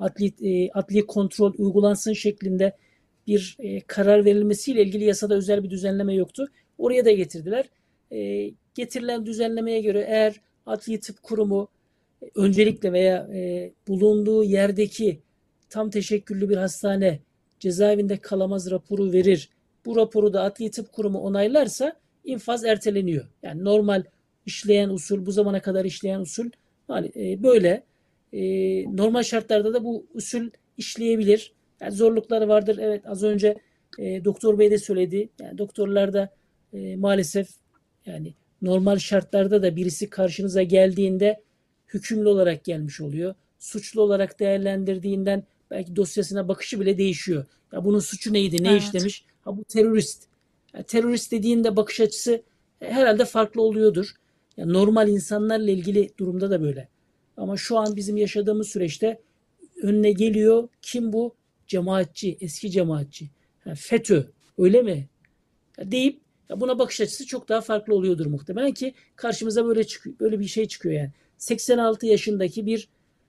adli kontrol uygulansın şeklinde bir karar verilmesiyle ilgili yasada özel bir düzenleme yoktu. Oraya da getirdiler. Getirilen düzenlemeye göre eğer Adli Tıp Kurumu öncelikle veya bulunduğu yerdeki tam teşekküllü bir hastane cezaevinde kalamaz raporu verir. Bu raporu da Adli Tıp Kurumu onaylarsa infaz erteleniyor. Yani normal işleyen usul, bu zamana kadar işleyen usul böyle. Normal şartlarda da bu usul işleyebilir. Yani zorlukları vardır. Evet az önce doktor bey de söyledi. Yani doktorlarda maalesef yani normal şartlarda da birisi karşınıza geldiğinde hükümlü olarak gelmiş oluyor. Suçlu olarak değerlendirdiğinden belki dosyasına bakışı bile değişiyor. Ya bunun suçu neydi, ne işlemiş? Ha bu terörist. Yani terörist dediğinde bakış açısı herhalde farklı oluyordur. Yani normal insanlarla ilgili durumda da böyle. Ama şu an bizim yaşadığımız süreçte önüne geliyor. Kim bu? Cemaatçi, eski cemaatçi. Ha, FETÖ, öyle mi? Ya deyip ya buna bakış açısı çok daha farklı oluyordur muhtemelen ki karşımıza böyle bir şey çıkıyor yani. 86 yaşındaki bir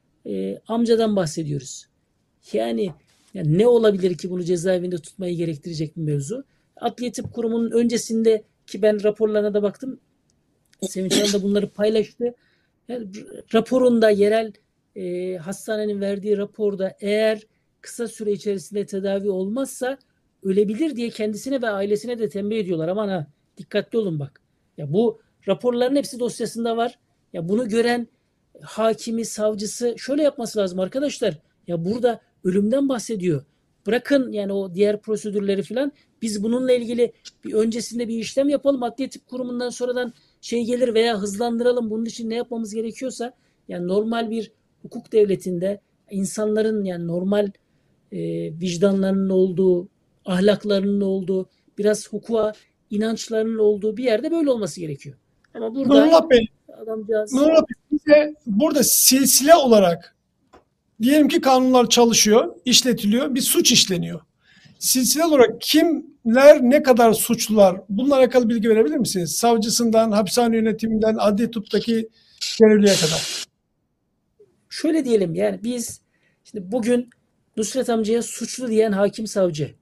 amcadan bahsediyoruz. Yani ne olabilir ki bunu cezaevinde tutmayı gerektirecek bir mevzu? Adli Tıp Kurumu'nun öncesinde ki ben raporlarına da baktım. Sevinç Hanım da bunları paylaştı. Yani raporunda yerel hastanenin verdiği raporda eğer kısa süre içerisinde tedavi olmazsa ölebilir diye kendisine ve ailesine de tembih ediyorlar. Aman ha dikkatli olun bak. Ya bu raporların hepsi dosyasında var. Ya bunu gören hakimi, savcısı şöyle yapması lazım arkadaşlar. Ya burada ölümden bahsediyor. Bırakın yani o diğer prosedürleri falan. Biz bununla ilgili bir öncesinde bir işlem yapalım. Adli Tıp Kurumu'ndan sonradan şey gelir veya hızlandıralım. Bunun için ne yapmamız gerekiyorsa yani normal bir hukuk devletinde insanların yani normal vicdanlarının olduğu, ahlaklarının olduğu, biraz hukuka inançlarının olduğu bir yerde böyle olması gerekiyor. Ama burada Nurullah Bey, adamcağız bize burada silsile olarak diyelim ki kanunlar çalışıyor, işletiliyor, bir suç işleniyor. Silsile olarak kimler ne kadar suçlular bununla alakalı bilgi verebilir misiniz? Savcısından, hapishane yönetiminden, adli tıptaki görevliye kadar. şöyle diyelim yani biz şimdi bugün Nusret amcaya suçlu diyen hakim savcı,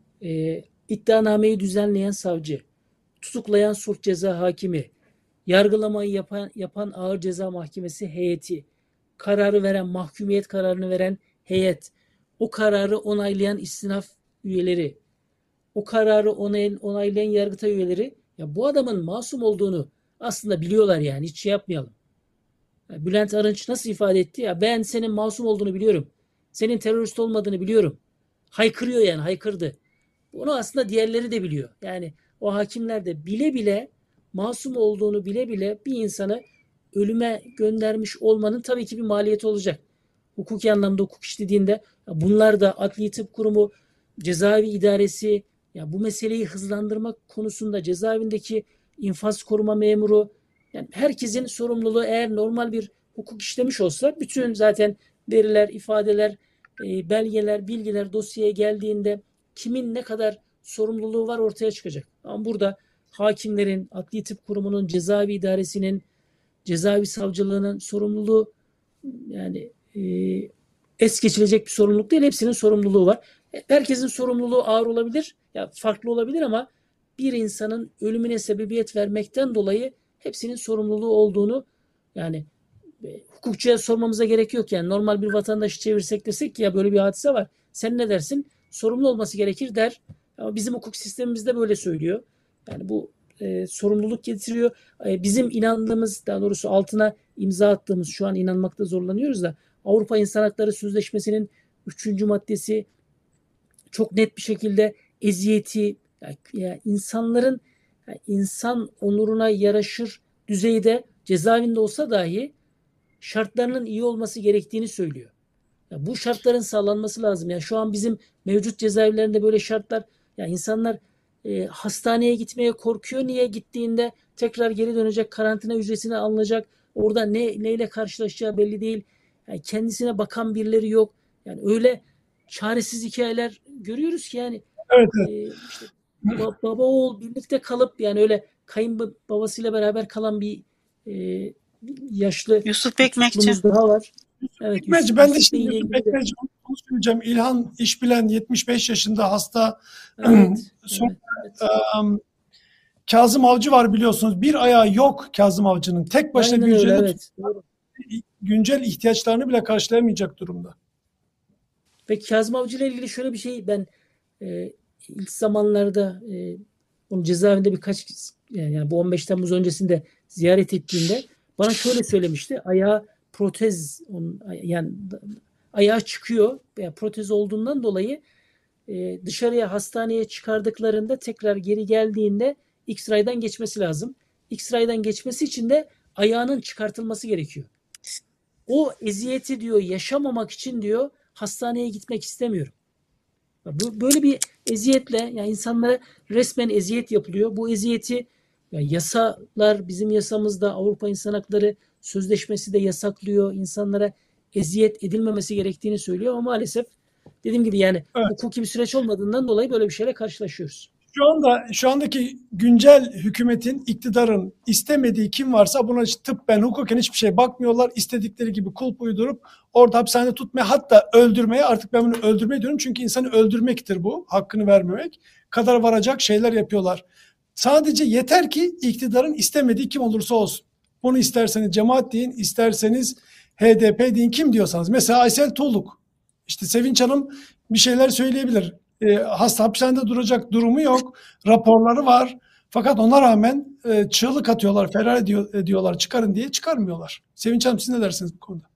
iddianameyi düzenleyen savcı, tutuklayan sulh ceza hakimi, yargılamayı yapan ağır ceza mahkemesi heyeti, kararı veren, mahkumiyet kararını veren heyet, o kararı onaylayan istinaf üyeleri, o kararı onaylayan yargıtay üyeleri ya bu adamın masum olduğunu aslında biliyorlar yani, hiç şey yapmayalım. Bülent Arınç nasıl ifade etti ya, ben senin masum olduğunu biliyorum. Senin terörist olmadığını biliyorum. Haykırıyor yani, haykırdı. Bunu aslında diğerleri de biliyor. Yani o hakimler de bile bile, masum olduğunu bile bile bir insanı ölüme göndermiş olmanın tabii ki bir maliyeti olacak. Hukuki anlamda hukuk işlediğinde bunlar da Adli Tıp Kurumu, Cezaevi İdaresi, ya bu meseleyi hızlandırmak konusunda cezaevindeki infaz koruma memuru, yani herkesin sorumluluğu, eğer normal bir hukuk işlemiş olsa bütün zaten veriler, ifadeler, belgeler, bilgiler dosyaya geldiğinde kimin ne kadar sorumluluğu var ortaya çıkacak. Ama burada hakimlerin, Adli Tıp Kurumu'nun, Cezaevi İdaresi'nin, Cezaevi Savcılığı'nın sorumluluğu yani es geçilecek bir sorumluluk değil. Hepsinin sorumluluğu var. Herkesin sorumluluğu ağır olabilir, ya farklı olabilir ama bir insanın ölümüne sebebiyet vermekten dolayı hepsinin sorumluluğu olduğunu yani hukukçuya sormamıza gerek yok. Yani normal bir vatandaşı çevirsek desek ki ya böyle bir hadise var, sen ne dersin? Sorumlu olması gerekir der. Ama bizim hukuk sistemimizde böyle söylüyor. Yani bu sorumluluk getiriyor. Bizim inandığımız, daha doğrusu altına imza attığımız, şu an inanmakta zorlanıyoruz da, Avrupa İnsan Hakları Sözleşmesi'nin 3. maddesi çok net bir şekilde eziyeti, yani insanların insan onuruna yaraşır düzeyde cezaevinde olsa dahi şartlarının iyi olması gerektiğini söylüyor. Ya bu şartların sağlanması lazım. Yani şu an bizim mevcut cezaevlerinde böyle şartlar, yani insanlar hastaneye gitmeye korkuyor. Niye? Gittiğinde tekrar geri dönecek, karantina hücresine alınacak. Orada neyle karşılaşacağı belli değil. Yani kendisine bakan birileri yok. Yani öyle çaresiz hikayeler görüyoruz ki yani Evet, evet. işte baba oğul birlikte kalıp, yani öyle kayınbabasıyla beraber kalan bir yaşlı Yusuf bir Ekmekçi. toplumumuz daha var. Evet, Pekmezci, ben de Yusuf şimdi Bey'le Yusuf ilgili de. Pekmezci onu söyleyeceğim. İlhan İşbilen 75 yaşında hasta. Evet, Sonra evet. Kazım Avcı var biliyorsunuz. Bir ayağı yok Kazım Avcı'nın. Tek başına Aynen öyle, güncel evet. Doğru. güncel ihtiyaçlarını bile karşılayamayacak durumda. Ve Kazım Avcı ile ilgili şöyle bir şey, ben ilk zamanlarda onun cezaevinde birkaç, yani bu 15 Temmuz öncesinde ziyaret ettiğinde bana şöyle söylemişti. Ayağı protez, yani ayağı çıkıyor veya protez olduğundan dolayı dışarıya, hastaneye çıkardıklarında tekrar geri geldiğinde X-ray'dan geçmesi lazım. X-ray'dan geçmesi için de ayağının çıkartılması gerekiyor. O eziyeti diyor yaşamamak için diyor hastaneye gitmek istemiyorum. Böyle bir eziyetle, yani insanlara resmen eziyet yapılıyor. Bu eziyeti yani yasalar, bizim yasamızda Avrupa İnsan Hakları Sözleşmesi de yasaklıyor. İnsanlara eziyet edilmemesi gerektiğini söylüyor ama maalesef dediğim gibi yani Evet. hukuki bir süreç olmadığından dolayı böyle bir şeyle karşılaşıyoruz. Şu andaki güncel hükümetin, iktidarın istemediği kim varsa buna tıbben, hukuken hiçbir şey bakmıyorlar. İstedikleri gibi kulp uydurup orada hapishanede tutmaya, hatta öldürmeye, artık ben bunu öldürme diyorum çünkü insanı öldürmektir bu, hakkını vermemek kadar varacak şeyler yapıyorlar. Sadece yeter ki iktidarın istemediği kim olursa olsun. Bunu isterseniz cemaat deyin, isterseniz HDP deyin, kim diyorsanız. Mesela Aysel Tuğluk. İşte Sevinç Hanım bir şeyler söyleyebilir. Hasta hapishanede duracak durumu yok. Raporları var. Fakat ona rağmen çığlık atıyorlar, feryat ediyorlar, çıkarın diye çıkarmıyorlar. Sevinç Hanım, siz ne dersiniz bu konuda?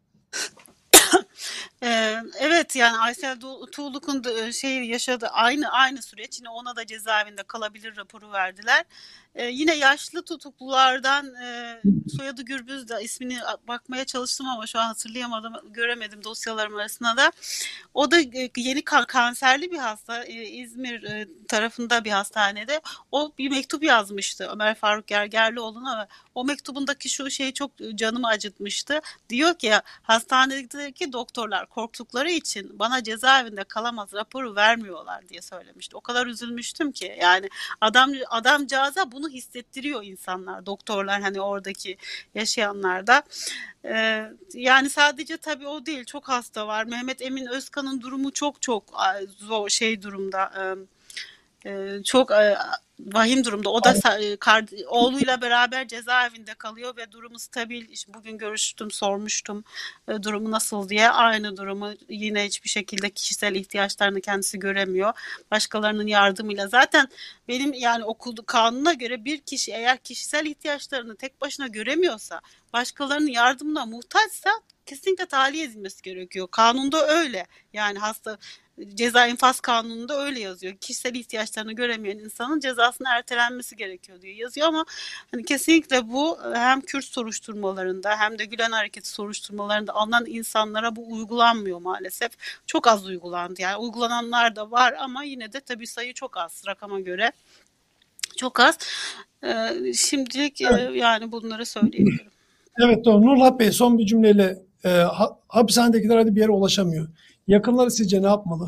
Evet, yani Aysel Tuğluk'un yaşadığı aynı süreç, yine ona da cezaevinde kalabilir raporu verdiler. Yine yaşlı tutuklulardan soyadı Gürbüz, de ismini bakmaya çalıştım ama şu an hatırlayamadım, göremedim dosyalarım arasında da. O da yeni kanserli bir hasta, İzmir tarafında bir hastanede. O bir mektup yazmıştı Ömer Faruk Gergerlioğlu'na ve o mektubundaki şu şey çok canımı acıtmıştı. Diyor ki hastanedeki doktorlar korktukları için bana cezaevinde kalamaz raporu vermiyorlar diye söylemişti. O kadar üzülmüştüm ki, yani adamcağıza bunu hissettiriyor insanlar, doktorlar, hani oradaki yaşayanlar da. Yani sadece tabii o değil, çok hasta var. Mehmet Emin Özkan'ın durumu çok zor durumda. Çok vahim durumda. O da oğluyla beraber cezaevinde kalıyor ve durumu stabil. İşte bugün görüştüm, sormuştum durumu nasıl diye. Aynı durumu, yine hiçbir şekilde kişisel ihtiyaçlarını kendisi göremiyor. Başkalarının yardımıyla. Zaten benim yani okulda kanuna göre bir kişi eğer kişisel ihtiyaçlarını tek başına göremiyorsa, başkalarının yardımına muhtaçsa kesinlikle tahliye edilmesi gerekiyor. Kanunda öyle. Yani ceza infaz kanununda öyle yazıyor. Kişisel ihtiyaçlarını göremeyen insanın cezasının ertelenmesi gerekiyor diye yazıyor ama hani kesinlikle bu hem Kürt soruşturmalarında hem de Gülen Hareketi soruşturmalarında alınan insanlara bu uygulanmıyor maalesef. Çok az uygulandı. Yani uygulananlar da var ama yine de tabii sayı çok az rakama göre. Çok az. Şimdilik yani bunları söyleyebilirim. Evet doğru. Nurullah Bey son bir cümleyle hapishanedekiler hadi bir yere ulaşamıyor. Yakınları sizce ne yapmalı?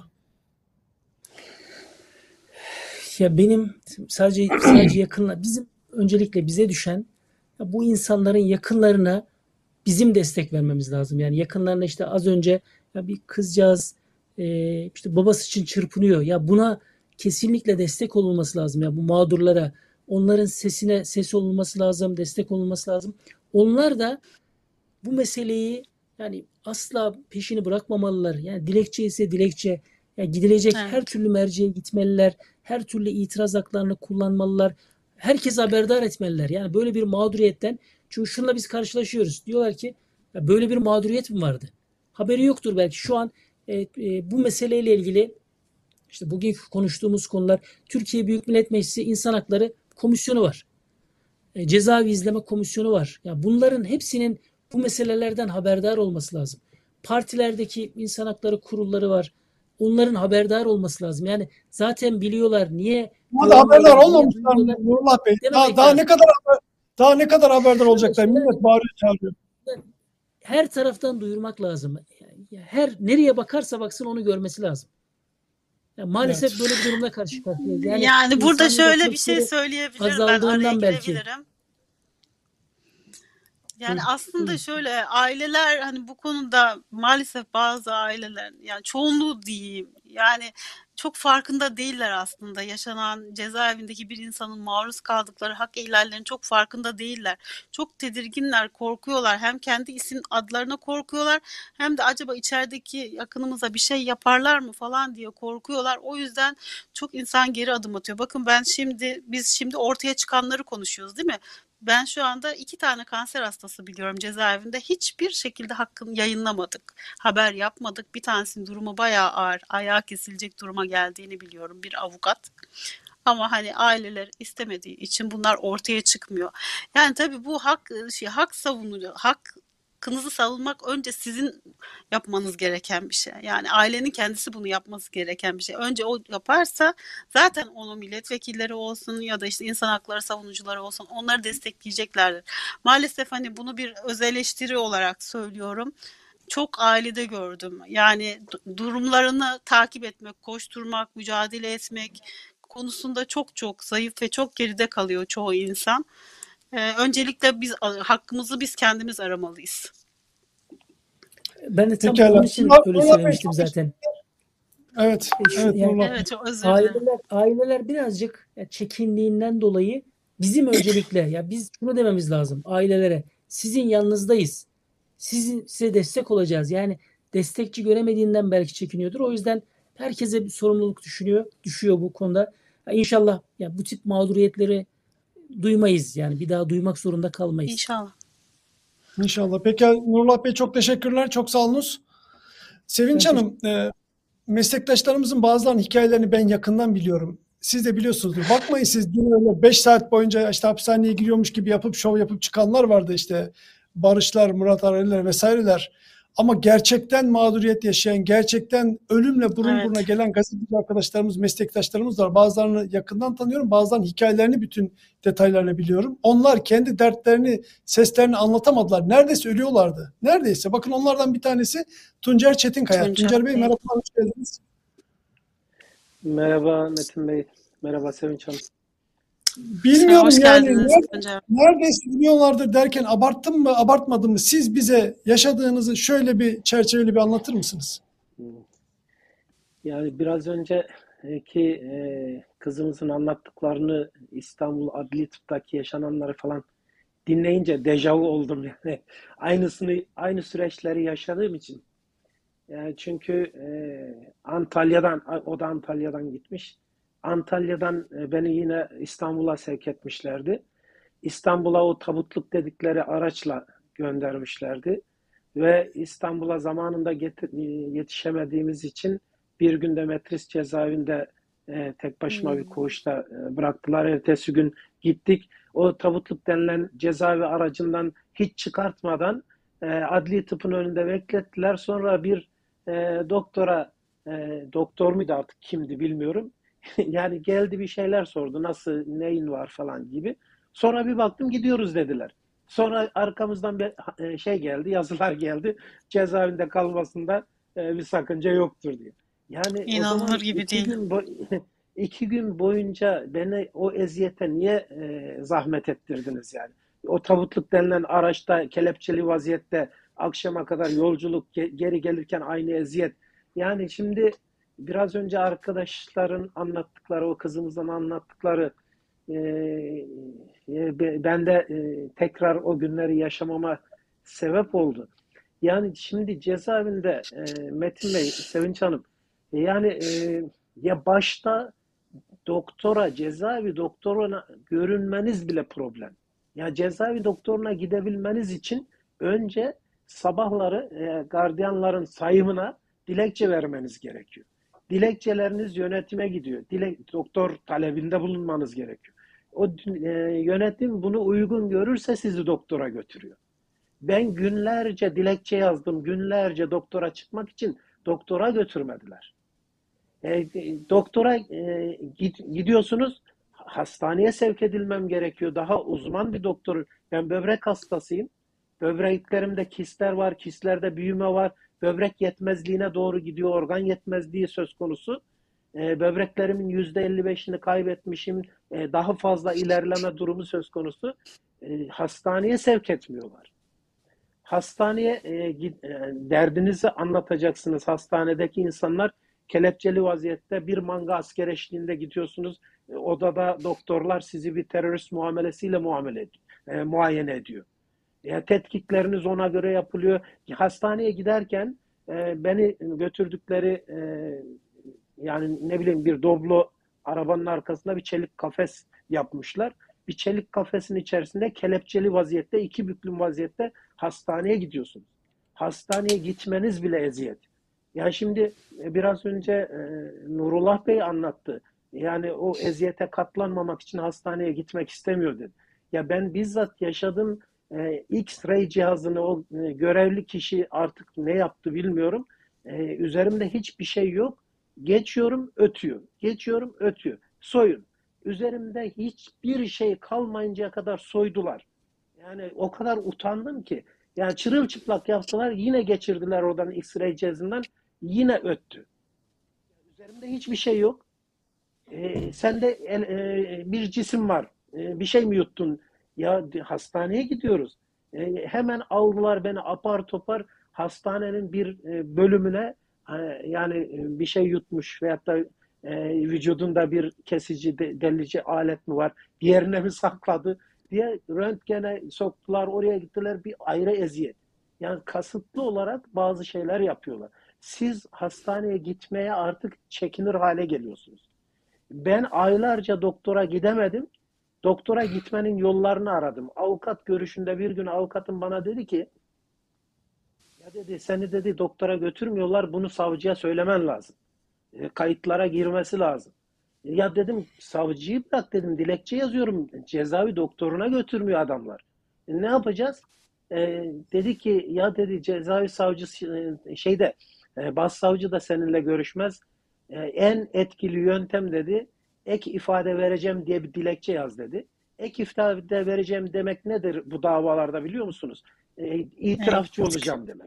Ya benim sadece yakınlar, bizim öncelikle bize düşen bu insanların yakınlarına bizim destek vermemiz lazım. Yani yakınlarına işte az önce ya bir kızcağız işte babası için çırpınıyor. Ya buna kesinlikle destek olunması lazım. Ya bu mağdurlara, onların sesine ses olunması lazım, destek olunması lazım. Onlar da bu meseleyi yani asla peşini bırakmamalılar. Yani dilekçe ise dilekçe, yani gidilecek her türlü merceğe gitmeliler. Her türlü itiraz haklarını kullanmalılar. Herkes haberdar etmeliler. Yani böyle bir mağduriyetten, çünkü şununla biz karşılaşıyoruz. Diyorlar ki ya böyle bir mağduriyet mi vardı? Haberi yoktur belki. Şu an bu meseleyle ilgili işte bugün konuştuğumuz konular, Türkiye Büyük Millet Meclisi İnsan Hakları Komisyonu var. Cezaevi İzleme Komisyonu var. Yani bunların hepsinin bu meselelerden haberdar olması lazım. Partilerdeki insan hakları kurulları var. Onların haberdar olması lazım. Yani zaten biliyorlar. Niye? Burada haberdar olmamışlar Nurullah Bey. Daha ne kadar haberdar olacaklar? Millet bağırıyor, çağırıyor. Her taraftan duyurmak lazım. Her nereye bakarsa baksın onu görmesi lazım. Yani maalesef böyle bir durumda karşı karşıyayız. Yani burada şöyle bir şey söyleyebilirim. Ben araya girebilirim. Yani aslında şöyle aileler hani bu konuda maalesef bazı aileler yani çoğunluğu diyeyim yani çok farkında değiller aslında yaşanan cezaevindeki bir insanın maruz kaldıkları hak ihlallerinin çok farkında değiller. Çok tedirginler, korkuyorlar. Hem kendi isim adlarına korkuyorlar hem de acaba içerideki yakınımıza bir şey yaparlar mı falan diye korkuyorlar. O yüzden çok insan geri adım atıyor. Bakın biz şimdi ortaya çıkanları konuşuyoruz değil mi? Ben şu anda 2 tane kanser hastası biliyorum cezaevinde. Hiçbir şekilde hakkını yayınlamadık. Haber yapmadık. Bir tanesinin durumu bayağı ağır. Ayağı kesilecek duruma geldiğini biliyorum bir avukat. Ama hani aileler istemediği için bunlar ortaya çıkmıyor. Yani tabii bu hak savunucu, hakkınızı savunmak önce sizin yapmanız gereken bir şey. Yani ailenin kendisi bunu yapması gereken bir şey. Önce o yaparsa zaten onun milletvekilleri olsun ya da işte insan hakları savunucuları olsun onları destekleyeceklerdir. Maalesef hani bunu bir öz eleştiri olarak söylüyorum. Çok ailede gördüm. Yani durumlarını takip etmek, koşturmak, mücadele etmek konusunda çok zayıf ve çok geride kalıyor çoğu insan. Öncelikle hakkımızı biz kendimiz aramalıyız. Ben de tam onun için öyle söylemiştim zaten. Evet. Evet, çok özür dilerim. Aileler birazcık çekindiğinden dolayı bizim öncelikle ya biz şunu dememiz lazım ailelere. Sizin yanınızdayız. Size destek olacağız. Yani destekçi göremediğinden belki çekiniyordur. O yüzden herkese bir sorumluluk düşüyor bu konuda. İnşallah ya bu tip mağduriyetleri duymayız. Yani bir daha duymak zorunda kalmayız. İnşallah. İnşallah. Peki Nurullah Bey çok teşekkürler. Çok sağ olunuz. Sevinç Hanım, meslektaşlarımızın bazılarının hikayelerini ben yakından biliyorum. Siz de biliyorsunuzdur. Bakmayın siz dün öyle 5 saat boyunca işte hapishaneye giriyormuş gibi yapıp şov yapıp çıkanlar vardı işte. Barışlar, Murat Areliler vesaireler. Ama gerçekten mağduriyet yaşayan, gerçekten ölümle buruna gelen gazeteci arkadaşlarımız, meslektaşlarımız var. Bazılarını yakından tanıyorum, bazılarının hikayelerini bütün detaylarla biliyorum. Onlar kendi dertlerini, seslerini anlatamadılar. Neredeyse ölüyorlardı. Neredeyse. Bakın onlardan bir tanesi Tuncer Çetinkaya. Tuncer Bey merhaba, hoş geldiniz. Merhaba Metin Bey. Merhaba Sevinç Hanım. Bilmiyorum yani neredeyse milyon derken abarttım mı abartmadım mı siz bize yaşadığınızı şöyle bir çerçeveli bir anlatır mısınız? Yani biraz önce kızımızın anlattıklarını, İstanbul Adli Tıp'taki yaşananları falan dinleyince dejavu oldum yani. Aynı süreçleri yaşadığım için. Yani çünkü o da Antalya'dan gitmiş. Antalya'dan beni yine İstanbul'a sevk etmişlerdi. İstanbul'a o tabutluk dedikleri araçla göndermişlerdi. Ve İstanbul'a zamanında yetişemediğimiz için bir günde Metris cezaevinde tek başıma bir koğuşta bıraktılar. Ertesi gün gittik. O tabutluk denilen cezaevi aracından hiç çıkartmadan adli tıpın önünde beklettiler. Sonra bir doktor muydu artık kimdi bilmiyorum. Yani geldi bir şeyler sordu. Nasıl, neyin var falan gibi. Sonra bir baktım gidiyoruz dediler. Sonra arkamızdan bir şey geldi, yazılar geldi. Cezaevinde kalmasında bir sakınca yoktur diye. Yani o zaman İnanılır gibi değil. 2 gün boyunca beni o eziyete niye zahmet ettirdiniz yani? O tabutluk denilen araçta kelepçeli vaziyette akşama kadar yolculuk, geri gelirken aynı eziyet. Yani şimdi biraz önce arkadaşların anlattıkları, o kızımızdan anlattıkları ben de tekrar o günleri yaşamama sebep oldu. Yani şimdi cezaevinde Metin Bey, Sevinç Hanım, yani ya başta cezaevi doktoruna görünmeniz bile problem. Ya cezaevi doktoruna gidebilmeniz için önce sabahları gardiyanların sayımına dilekçe vermeniz gerekiyor. Dilekçeleriniz yönetime gidiyor. Doktor talebinde bulunmanız gerekiyor. O yönetim bunu uygun görürse sizi doktora götürüyor. Ben günlerce dilekçe yazdım. Günlerce doktora çıkmak için doktora götürmediler. Doktora gidiyorsunuz, hastaneye sevk edilmem gerekiyor. Daha uzman bir doktor. Ben böbrek hastasıyım. Böbreklerimde kistler var, kistlerde büyüme var. Böbrek yetmezliğine doğru gidiyor, organ yetmezliği söz konusu. Böbreklerimin %55'ini kaybetmişim. Daha fazla ilerleme durumu söz konusu. Hastaneye sevk etmiyorlar. Hastaneye derdinizi anlatacaksınız. Hastanedeki insanlar kelepçeli vaziyette bir manga asker eşliğinde gidiyorsunuz. Odada doktorlar sizi bir terörist muamelesiyle muayene ediyor. Tetkikleriniz ona göre yapılıyor. Hastaneye giderken beni götürdükleri yani ne bileyim bir Doblo arabanın arkasında bir çelik kafes yapmışlar. Bir çelik kafesin içerisinde kelepçeli vaziyette, iki büklüm vaziyette hastaneye gidiyorsunuz. Hastaneye gitmeniz bile eziyet. Yani şimdi biraz önce Nurullah Bey anlattı. Yani o eziyete katlanmamak için hastaneye gitmek istemiyor dedi. Ya ben bizzat yaşadım. X-ray cihazını o görevli kişi artık ne yaptı bilmiyorum. Üzerimde hiçbir şey yok. Geçiyorum ötüyor. Geçiyorum ötüyor. Soyun. Üzerimde hiçbir şey kalmayıncaya kadar soydular. Yani o kadar utandım ki. Yani çırılçıplak yaptılar. Yine geçirdiler oradan X-ray cihazından. Yine öttü. Üzerimde hiçbir şey yok. Sende bir cisim var. Bir şey mi yuttun? Ya hastaneye gidiyoruz. Hemen aldılar beni apar topar hastanenin bir bölümüne, yani bir şey yutmuş veyahut da vücudunda bir kesici, delici alet mi var? Bir yerine mi sakladı diye röntgene soktular, oraya gittiler, bir ayrı eziyet. Yani kasıtlı olarak bazı şeyler yapıyorlar. Siz hastaneye gitmeye artık çekinir hale geliyorsunuz. Ben aylarca doktora gidemedim. Doktora gitmenin yollarını aradım. Avukat görüşünde bir gün avukatım bana dedi ki, ya dedi seni dedi doktora götürmüyorlar, bunu savcıya söylemen lazım. Kayıtlara girmesi lazım. Ya dedim savcıyı bırak dedim, dilekçe yazıyorum, cezaevi doktoruna götürmüyor adamlar. Ne yapacağız? Dedi ki ya dedi cezaevi savcısı başsavcı da seninle görüşmez. En etkili yöntem dedi, ek ifade vereceğim diye bir dilekçe yaz dedi. Ek ifade vereceğim demek nedir bu davalarda biliyor musunuz? İtirafçı olacağım demek.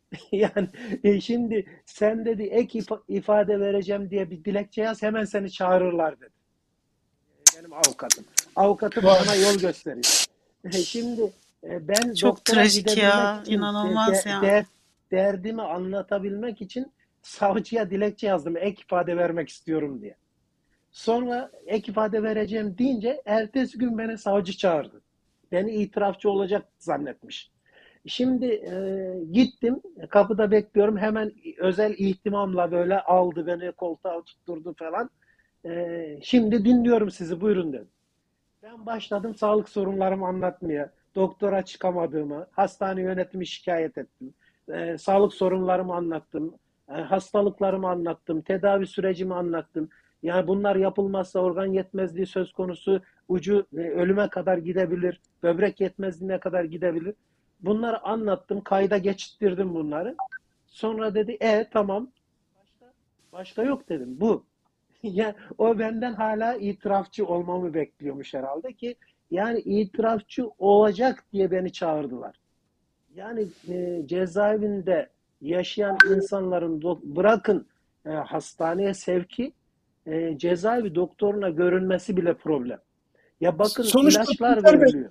Yani şimdi sen dedi ek ifade vereceğim diye bir dilekçe yaz, hemen seni çağırırlar dedi. Benim avukatım. Avukatım bana yol gösteriyor. Şimdi ben Çok doktora trajik ya. gidebilmek için, İnanılmaz ya. derdimi anlatabilmek için savcıya dilekçe yazdım ek ifade vermek istiyorum diye. Sonra ek ifade vereceğim deyince ertesi gün beni savcı çağırdı. Beni itirafçı olacak zannetmiş. Şimdi gittim, kapıda bekliyorum. Hemen özel ihtimamla böyle aldı beni, koltuğa tutturdu falan. Şimdi dinliyorum sizi, buyurun dedi. Ben başladım sağlık sorunlarımı anlatmaya. Doktora çıkamadığımı, hastane yönetimi şikayet ettim. Sağlık sorunlarımı anlattım. Hastalıklarımı anlattım. Tedavi sürecimi anlattım. Yani bunlar yapılmazsa organ yetmezliği söz konusu, ucu ölüme kadar gidebilir. Böbrek yetmezliğine kadar gidebilir. Bunları anlattım. Kayda geçirttirdim bunları. Sonra dedi tamam. Başka yok dedim. Bu. Yani o benden hala itirafçı olmamı bekliyormuş herhalde ki yani itirafçı olacak diye beni çağırdılar. Yani cezaevinde yaşayan insanların bırakın hastaneye sevki, cezaevi doktoruna görünmesi bile problem. Ya bakın Sonuçta ilaçlar Tuncer Bey, veriliyor.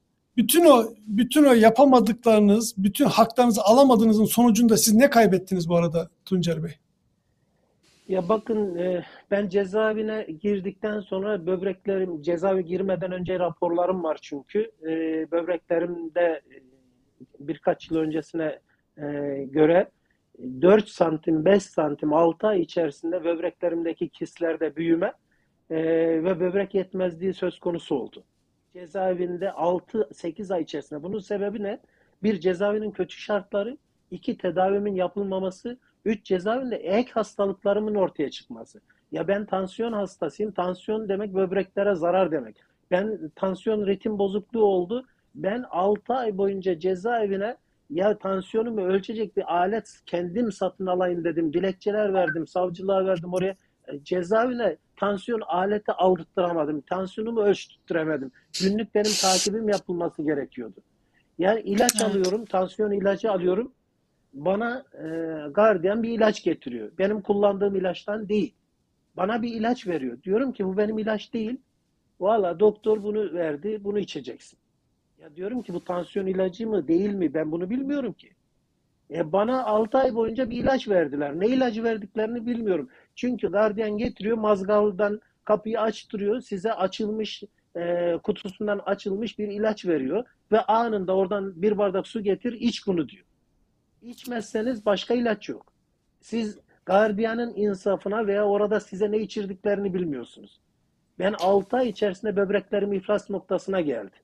bütün o yapamadıklarınız, bütün haklarınızı alamadığınızın sonucunda siz ne kaybettiniz bu arada Tuncer Bey? Ya bakın ben cezaevine girdikten sonra böbreklerim, cezaevi girmeden önce raporlarım var çünkü. Böbreklerimde birkaç yıl öncesine göre 4 santim, 5 santim 6 ay içerisinde böbreklerimdeki kistlerde büyüme ve böbrek yetmezliği söz konusu oldu. Cezaevinde 6-8 ay içerisinde. Bunun sebebi ne? Bir, cezaevinin kötü şartları, 2, tedavimin yapılmaması, 3, cezaevinde ek hastalıklarımın ortaya çıkması. Ya ben tansiyon hastasıyım. Tansiyon demek böbreklere zarar demek. Ben tansiyon ritim bozukluğu oldu. Ben 6 ay boyunca cezaevine ya tansiyonumu ölçecek bir alet kendim satın alayım dedim. Dilekçeler verdim, savcılığa verdim oraya. Cezaevine tansiyon aleti aldırtıramadım. Tansiyonumu ölçtüremedim. Günlük benim takibim yapılması gerekiyordu. Yani ilaç alıyorum, tansiyon ilacı alıyorum. Bana gardiyan bir ilaç getiriyor. Benim kullandığım ilaçtan değil. Bana bir ilaç veriyor. Diyorum ki bu benim ilaç değil. Valla doktor bunu verdi, bunu içeceksin. Ya diyorum ki bu tansiyon ilacı mı değil mi ben bunu bilmiyorum ki. Bana 6 ay boyunca bir ilaç verdiler. Ne ilacı verdiklerini bilmiyorum. Çünkü gardiyan getiriyor, mazgaldan kapıyı açtırıyor. Size açılmış, kutusundan açılmış bir ilaç veriyor. Ve anında oradan bir bardak su getir, iç bunu diyor. İçmezseniz başka ilaç yok. Siz gardiyanın insafına veya orada size ne içirdiklerini bilmiyorsunuz. Ben 6 ay içerisinde böbreklerim iflas noktasına geldi.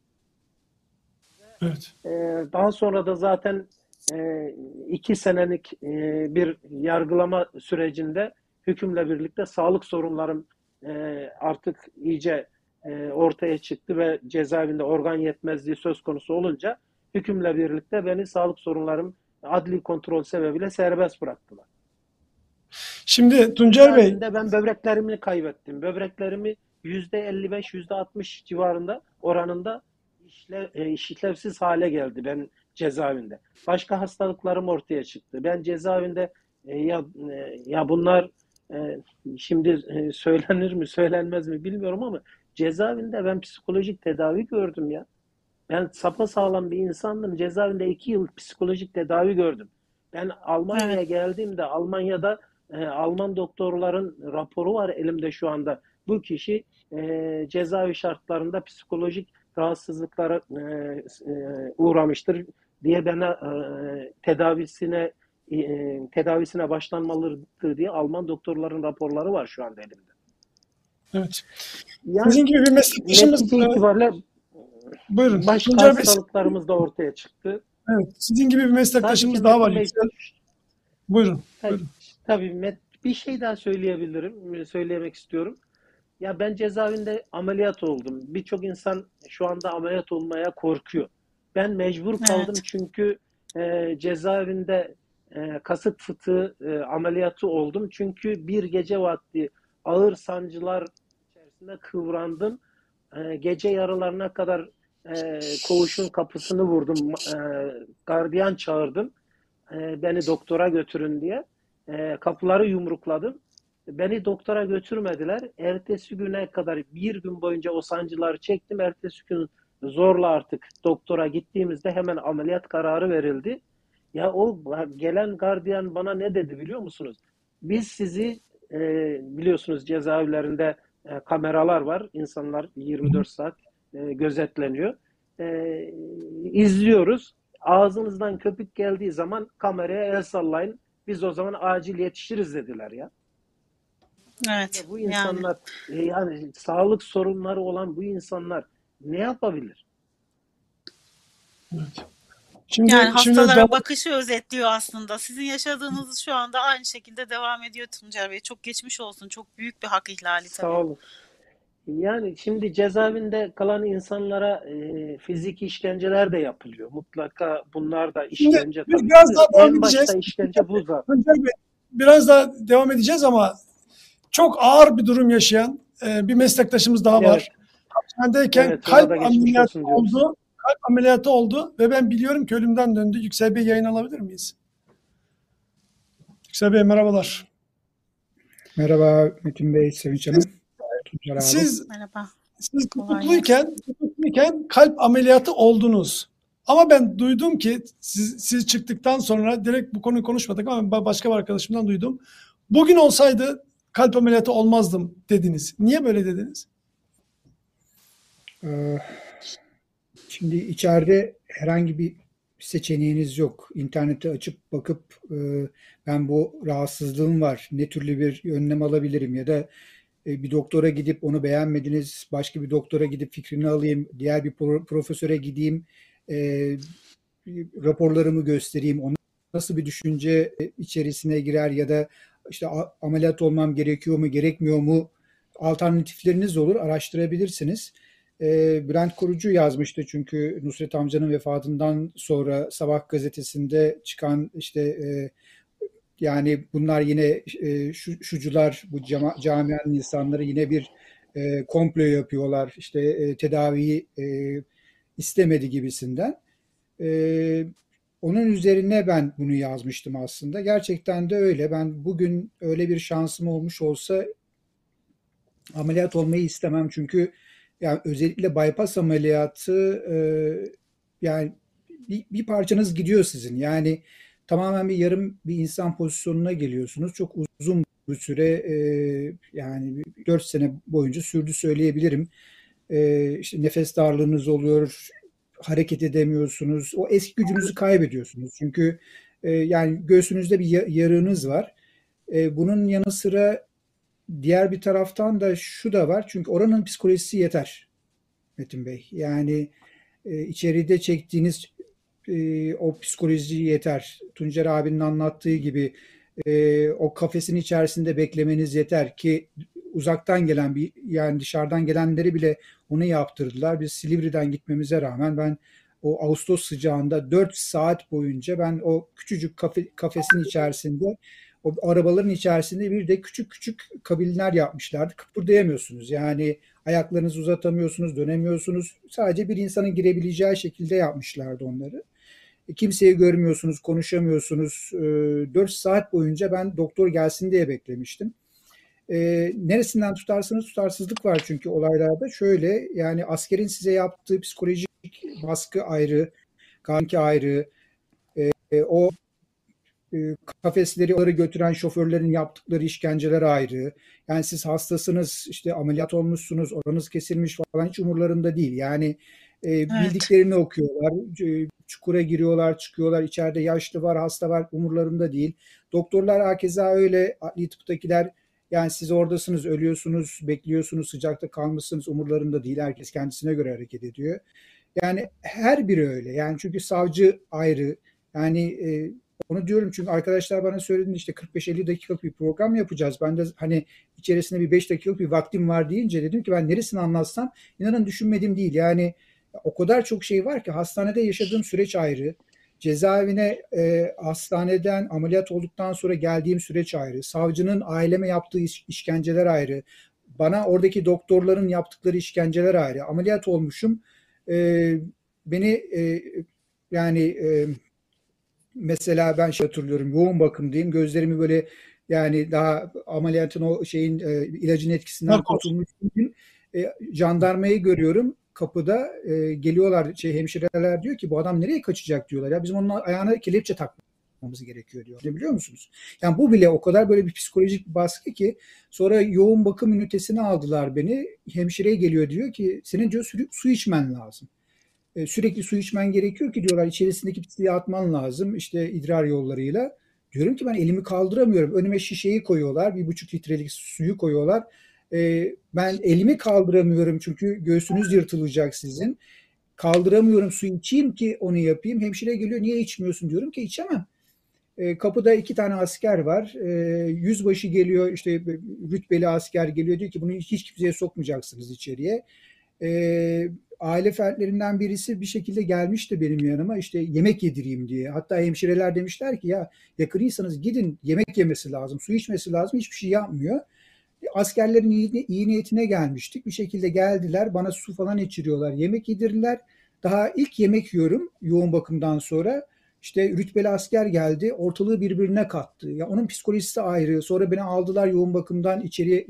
Evet. Daha sonra da zaten 2 senelik bir yargılama sürecinde hükümle birlikte sağlık sorunlarım artık iyice ortaya çıktı ve cezaevinde organ yetmezliği söz konusu olunca hükümle birlikte beni sağlık sorunlarım adli kontrol sebebiyle serbest bıraktılar. Şimdi Tuncer Bey, Ben böbreklerimi kaybettim. Böbreklerimi %55, %60 civarında oranında işlevsiz hale geldi ben cezaevinde. Başka hastalıklarım ortaya çıktı. Ben cezaevinde ya bunlar şimdi söylenir mi söylenmez mi bilmiyorum ama cezaevinde ben psikolojik tedavi gördüm ya. Ben sapasağlam bir insandım. Cezaevinde 2 yıl psikolojik tedavi gördüm. Ben Almanya'ya geldiğimde Almanya'da Alman doktorların raporu var elimde şu anda. Bu kişi cezaevi şartlarında psikolojik rahatsızlıklara uğramıştır diye bana tedavisine başlanmalıdır diye Alman doktorların raporları var şu anda elimde. evet. Yani Sizin gibi bir meslektaşımız netice itibariyle buyurun. başka Tuncer Bey, hastalıklarımız da ortaya çıktı. evet. Sizin gibi bir meslektaşımız Sadece daha var. Metin Bey, Buyurun. Buyurun. tabii bir şey daha söylemek istiyorum. Ya ben cezaevinde ameliyat oldum. Birçok insan şu anda ameliyat olmaya korkuyor. Ben mecbur kaldım çünkü cezaevinde kasık fıtığı ameliyatı oldum. Çünkü bir gece vakti ağır sancılar içerisinde kıvrandım. Gece yarılarına kadar koğuşun kapısını vurdum. Gardiyan çağırdım. Beni doktora götürün diye. Kapıları yumrukladım. Beni doktora götürmediler. Ertesi güne kadar bir gün boyunca o sancıları çektim. Ertesi gün zorla artık doktora gittiğimizde hemen ameliyat kararı verildi. Ya o gelen gardiyan bana ne dedi biliyor musunuz? biz sizi biliyorsunuz cezaevlerinde kameralar var. İnsanlar 24 saat gözetleniyor. İzliyoruz. Ağzınızdan köpük geldiği zaman kameraya el sallayın. Biz o zaman acil yetişiriz dediler ya. Evet. Bu Yani insanlar yani sağlık sorunları olan bu insanlar ne yapabilir? Şimdi yani şimdi hastalara bakışı özetliyor aslında. Sizin yaşadığınız şu anda aynı şekilde devam ediyor Tuncer Bey. Çok geçmiş olsun. Çok büyük bir hak ihlali Sağ tabii. olun. Yani şimdi cezaevinde kalan insanlara fiziki işkenceler de yapılıyor. Mutlaka bunlar da şimdi işkence biz tabii. biraz daha devam En başta edeceğiz. işkence bu zaten. Tuncer Bey, biraz daha devam edeceğiz ama çok ağır bir durum yaşayan bir meslektaşımız daha Evet, var. Hastanedeyken evet, ona da geçmiş ameliyatı olsun diyoruz. oldu. Kalp ameliyatı oldu ve ben biliyorum ki ölümden döndü. Yüksel Bey yayın alabilir miyiz? Yüksel Bey merhabalar. Merhaba Metin Bey, Sevinç Hanım. Tuncer abi. Merhaba. Siz Kolay tutukluyken kalp ameliyatı oldunuz. Ama ben duydum ki siz çıktıktan sonra direkt bu konuyu konuşmadık ama başka bir arkadaşımdan duydum. Bugün olsaydı kalp ameliyatı olmazdım dediniz. Niye böyle dediniz? Şimdi içeride herhangi bir seçeneğiniz yok. İnterneti açıp bakıp ben bu rahatsızlığım var, ne türlü bir önlem alabilirim ya da bir doktora gidip onu beğenmediniz, başka bir doktora gidip fikrini alayım, diğer bir profesöre gideyim, raporlarımı göstereyim, onun nasıl bir düşünce içerisine girer ya da işte ameliyat olmam gerekiyor mu, gerekmiyor mu, alternatifleriniz olur, araştırabilirsiniz. Bülent Kurucu yazmıştı çünkü Nusret amcanın vefatından sonra Sabah gazetesinde çıkan işte yani bunlar yine şucular, bu camianın insanları yine bir komplo yapıyorlar, işte tedaviyi istemedi gibisinden. Onun üzerine ben bunu yazmıştım aslında. Gerçekten de öyle. Ben bugün öyle bir şansım olmuş olsa ameliyat olmayı istemem çünkü yani özellikle bypass ameliyatı yani bir parçanız gidiyor sizin. Yani tamamen yarım bir insan pozisyonuna geliyorsunuz. Çok uzun bir süre yani 4 sene boyunca sürdü söyleyebilirim. İşte nefes darlığınız oluyor, hareket edemiyorsunuz. O eski gücünüzü kaybediyorsunuz. Çünkü yani göğsünüzde bir yarığınız var. Bunun yanı sıra diğer bir taraftan da şu da var. Çünkü oranın psikolojisi yeter Metin Bey. Yani içeride çektiğiniz o psikoloji yeter. Tuncer abinin anlattığı gibi o kafesin içerisinde beklemeniz yeter ki uzaktan gelen yani dışarıdan gelenleri bile onu yaptırdılar. Biz Silivri'den gitmemize rağmen ben o Ağustos sıcağında 4 saat boyunca ben o küçücük kafesin içerisinde o arabaların içerisinde bir de küçük küçük kabinler yapmışlardı. Kıpırdayamıyorsunuz. Yani ayaklarınızı uzatamıyorsunuz, dönemiyorsunuz. Sadece bir insanın girebileceği şekilde yapmışlardı onları. Kimseyi görmüyorsunuz, konuşamıyorsunuz. 4 saat boyunca ben doktor gelsin diye beklemiştim. Neresinden tutarsanız tutarsızlık var çünkü olaylarda. Şöyle yani askerin size yaptığı psikolojik baskı ayrı, kanki ayrı, o kafesleri götüren şoförlerin yaptıkları işkenceler ayrı. Yani siz hastasınız, işte ameliyat olmuşsunuz, oranız kesilmiş falan hiç umurlarında değil. Yani bildiklerini okuyorlar, çukura giriyorlar, çıkıyorlar, içeride yaşlı var, hasta var, umurlarında değil. Doktorlar hakeza öyle, adli tıptakiler yani siz oradasınız, ölüyorsunuz, bekliyorsunuz, sıcakta kalmışsınız, umurlarında değil. Herkes kendisine göre hareket ediyor. Yani her biri öyle. Yani çünkü savcı ayrı. Yani onu diyorum çünkü arkadaşlar bana söyledi işte 45-50 dakikalık bir program yapacağız. Ben de hani içerisinde bir 5 dakikalık bir vaktim var deyince dedim ki ben neresini anlatsam inanın düşünmediğim değil. Yani o kadar çok şey var ki hastanede yaşadığım süreç ayrı. Cezaevine hastaneden ameliyat olduktan sonra geldiğim süreç ayrı. Savcının aileme yaptığı işkenceler ayrı. Bana oradaki doktorların yaptıkları işkenceler ayrı. Ameliyat olmuşum. Beni yani mesela ben hatırlıyorum yoğun bakımdayım. Gözlerimi böyle yani daha ameliyatın o şeyin ilacın etkisinden kurtulmuş için jandarmayı görüyorum kapıda geliyorlar hemşireler diyor ki bu adam nereye kaçacak diyorlar. Ya bizim onun ayağına kelepçe taktık. yapmamız gerekiyor diyor. Ne biliyor musunuz? Yani bu bile o kadar böyle bir psikolojik bir baskı ki sonra yoğun bakım ünitesine aldılar beni. Hemşireye geliyor diyor ki senin diyor su içmen lazım. Sürekli su içmen gerekiyor ki diyorlar içerisindeki pisliği atman lazım işte idrar yollarıyla. Diyorum ki ben elimi kaldıramıyorum. Önüme şişeyi koyuyorlar. 1,5 litrelik suyu koyuyorlar. Ben elimi kaldıramıyorum çünkü göğsünüz yırtılacak sizin. Kaldıramıyorum su içeyim ki onu yapayım. Hemşire geliyor niye içmiyorsun diyorum ki içemem. Kapıda 2 tane asker var. Yüzbaşı geliyor işte rütbeli asker geliyor diyor ki bunu hiç kimseye sokmayacaksınız içeriye. Aile fertlerinden birisi bir şekilde gelmişti benim yanıma işte yemek yedireyim diye. Hatta hemşireler demişler ki ya yakınıysanız gidin yemek yemesi lazım, su içmesi lazım hiçbir şey yapmıyor. Askerlerin iyi niyetine gelmiştik. Bir şekilde geldiler bana su falan içiriyorlar, yemek yedirdiler. Daha ilk yemek yiyorum yoğun bakımdan sonra. İşte rütbeli asker geldi ortalığı birbirine kattı. Ya onun psikolojisi ayrı. Sonra beni aldılar yoğun bakımdan içeri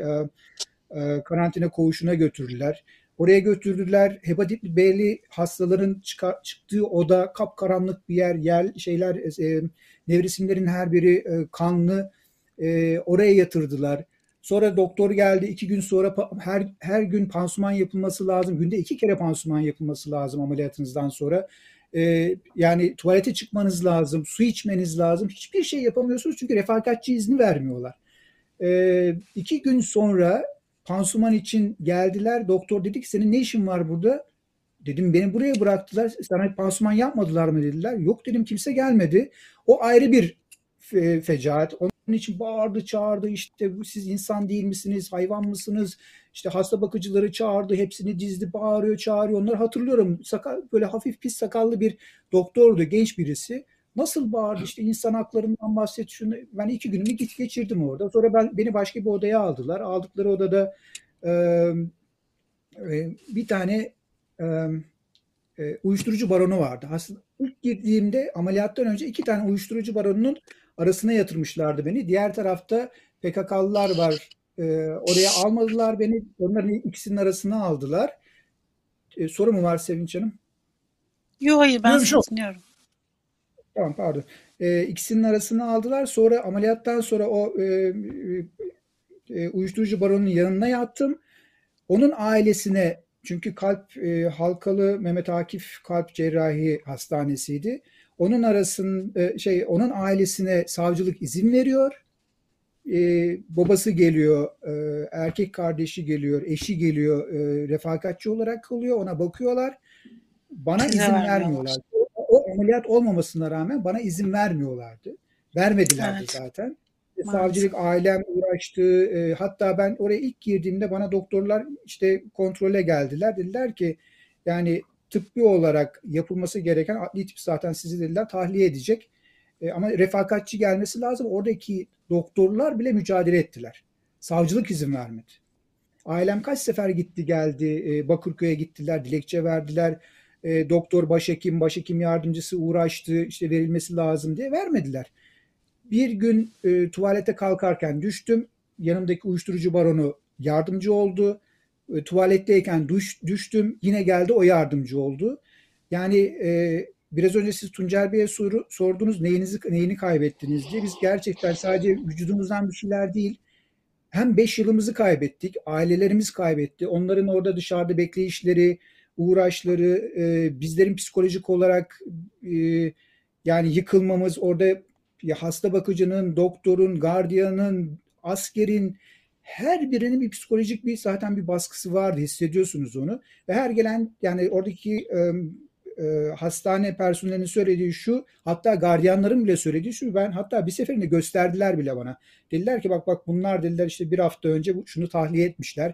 karantina koğuşuna götürdüler. Oraya götürdüler. Hepatit B'li hastaların çıktığı oda kapkaranlık bir yer nevresimlerin her biri kanlı. Oraya yatırdılar. Sonra doktor geldi. 2 gün sonra her gün pansuman yapılması lazım. Günde 2 kere pansuman yapılması lazım ameliyatınızdan sonra. Yani tuvalete çıkmanız lazım, su içmeniz lazım. Hiçbir şey yapamıyorsunuz çünkü refakatçi izni vermiyorlar. 2 gün sonra pansuman için geldiler. Doktor dedi ki senin ne işin var burada? Dedim beni buraya bıraktılar. Sana pansuman yapmadılar mı dediler. Yok dedim kimse gelmedi. O ayrı bir fecaat. Onun için bağırdı çağırdı işte siz insan değil misiniz, hayvan mısınız? İşte hasta bakıcıları çağırdı, hepsini dizdi, bağırıyor, çağırıyor. Onları hatırlıyorum. Böyle hafif pis sakallı bir doktordu, genç birisi. Nasıl bağırdı işte insan haklarından bahset şunu. Ben 2 günümü geçirdim orada. Sonra beni başka bir odaya aldılar. Aldıkları odada bir tane uyuşturucu baronu vardı. Aslında ilk girdiğimde ameliyattan önce 2 tane uyuşturucu baronunun arasına yatırmışlardı beni. Diğer tarafta PKK'lılar var. Oraya almadılar beni. Onların ikisinin arasına aldılar. Soru mu var Sevinç Hanım? Yok hayır ben sizi dinliyorum. Tamam pardon. İkisinin arasına aldılar. Sonra ameliyattan sonra o uyuşturucu baronunun yanına yattım. Onun ailesine çünkü Halkalı Mehmet Akif Kalp Cerrahi Hastanesi'ydi. Onun onun ailesine savcılık izin veriyor. Babası geliyor, erkek kardeşi geliyor, eşi geliyor, refakatçi olarak kalıyor. Ona bakıyorlar. Bana izin vermiyorlar. O ameliyat olmamasına rağmen bana izin vermiyorlardı. Vermedilerdi zaten. Savcılık ailem uğraştı. Hatta ben oraya ilk girdiğimde bana doktorlar işte kontrole geldiler. Dediler ki yani tıbbi olarak yapılması gereken adli tıp zaten sizi dediler tahliye edecek. Ama refakatçi gelmesi lazım. Oradaki doktorlar bile mücadele ettiler. Savcılık izin vermedi. Ailem kaç sefer gitti geldi. Bakırköy'e gittiler, dilekçe verdiler. Doktor, başhekim yardımcısı uğraştı. İşte verilmesi lazım diye vermediler. Bir gün tuvalete kalkarken düştüm. Yanımdaki uyuşturucu baronu yardımcı oldu. Tuvaletteyken düştüm. Yine geldi o yardımcı oldu. Yani biraz önce siz Tuncer Bey'e sordunuz neyini kaybettiniz diye. Biz gerçekten sadece vücudumuzdan bir şeyler değil. Hem 5 yılımızı kaybettik. Ailelerimiz kaybetti. Onların orada dışarıda bekleyişleri, uğraşları, bizlerin psikolojik olarak yani yıkılmamız, orada hasta bakıcının, doktorun, gardiyanın, askerin her birinin bir psikolojik zaten bir baskısı vardı. Hissediyorsunuz onu. Ve her gelen yani oradaki hastane personelinin söylediği şu, hatta gardiyanların bile söylediği şu, ben hatta bir seferinde gösterdiler bile bana. Dediler ki bak bunlar dediler işte 1 hafta önce şunu tahliye etmişler.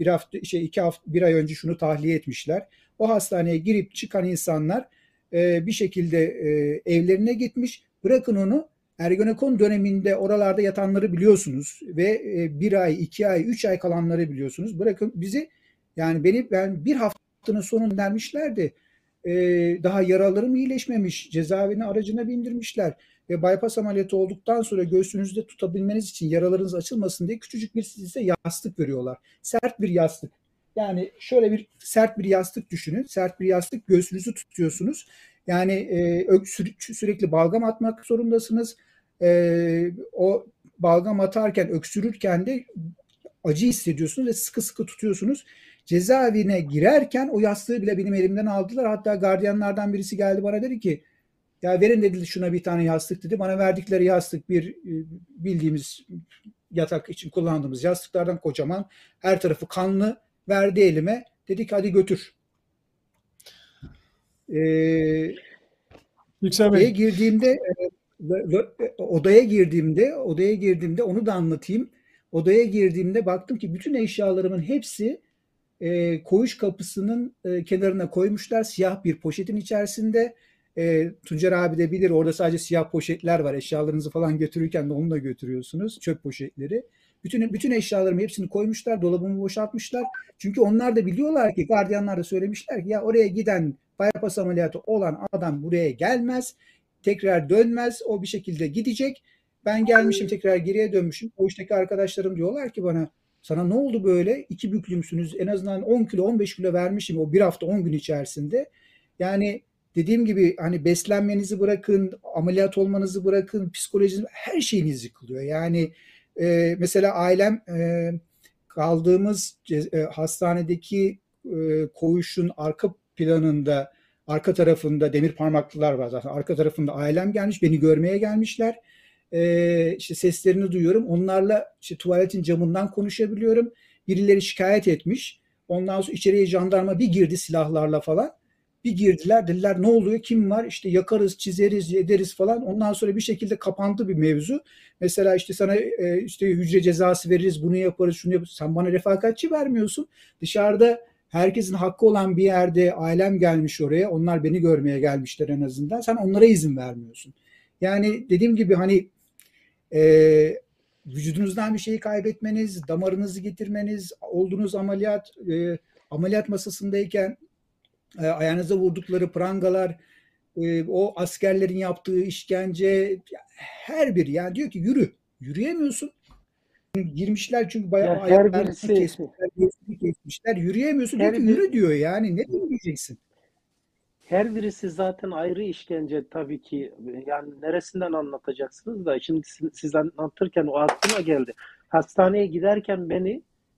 1 ay önce şunu tahliye etmişler. O hastaneye girip çıkan insanlar bir şekilde evlerine gitmiş. Bırakın onu, Ergenekon döneminde oralarda yatanları biliyorsunuz ve 1 ay, 2 ay, 3 ay kalanları biliyorsunuz. Bırakın bizi, yani ben 1 haftanın sonunda vermişlerdi. Daha yaralarım iyileşmemiş. Cezaevine aracına bindirmişler. Ve bypass ameliyatı olduktan sonra göğsünüzde tutabilmeniz için yaralarınız açılmasın diye küçücük bir size yastık veriyorlar. Sert bir yastık. Yani şöyle sert bir yastık düşünün. Sert bir yastık, göğsünüzü tutuyorsunuz. Yani sürekli balgam atmak zorundasınız. O balgam atarken, öksürürken de acı hissediyorsunuz ve sıkı sıkı tutuyorsunuz. Cezaevine girerken o yastığı bile benim elimden aldılar. Hatta gardiyanlardan birisi geldi bana dedi ki ya verin dedi şuna bir tane yastık dedi. Bana verdikleri yastık bir bildiğimiz yatak için kullandığımız yastıklardan kocaman. Her tarafı kanlı verdi elime. Dedi ki hadi götür. Odaya girdiğimde onu da anlatayım. Odaya girdiğimde baktım ki bütün eşyalarımın hepsi koğuş kapısının kenarına koymuşlar. Siyah bir poşetin içerisinde. Tuncer abi de bilir orada sadece siyah poşetler var. Eşyalarınızı falan götürürken de onu da götürüyorsunuz. Çöp poşetleri. Bütün eşyalarımı hepsini koymuşlar. Dolabımı boşaltmışlar. Çünkü onlar da biliyorlar ki gardiyanlar da söylemişler ki ya oraya giden bypass ameliyatı olan adam buraya gelmez. Tekrar dönmez. O bir şekilde gidecek. Ben gelmişim tekrar geriye dönmüşüm. Koğuştaki arkadaşlarım diyorlar ki bana sana ne oldu böyle? 2 büklümsünüz. En azından 10 kilo 15 kilo vermişim o bir hafta 10 gün içerisinde. Yani dediğim gibi hani beslenmenizi bırakın, ameliyat olmanızı bırakın, psikolojiniz her şeyiniz yıkılıyor. Yani mesela ailem kaldığımız hastanedeki koğuşun arka planında, arka tarafında demir parmaklılar var zaten. Arka tarafında ailem gelmiş, beni görmeye gelmişler. İşte seslerini duyuyorum. Onlarla işte tuvaletin camından konuşabiliyorum. Birileri şikayet etmiş. Ondan sonra içeriye jandarma bir girdi silahlarla falan. Bir girdiler dediler ne oluyor kim var işte yakarız çizeriz ederiz falan ondan sonra bir şekilde kapandı bir mevzu. Mesela işte sana işte hücre cezası veririz bunu yaparız şunu yaparız sen bana refakatçi vermiyorsun. Dışarıda herkesin hakkı olan bir yerde ailem gelmiş oraya onlar beni görmeye gelmişler en azından sen onlara izin vermiyorsun. Yani dediğim gibi hani vücudunuzdan bir şeyi kaybetmeniz damarınızı getirmeniz olduğunuz ameliyat masasındayken ayağınıza vurdukları prangalar, o askerlerin yaptığı işkence her biri. Yani diyor ki yürüyemiyorsun. Girmişler çünkü bayağı ayaklarını kesmişler, yürüyemiyorsun. Diyor ki yürü diyor yani ne diyeceksin? Her birisi zaten ayrı işkence tabii ki. Yani neresinden anlatacaksınız da şimdi siz anlatırken o aklıma geldi. Hastaneye giderken beni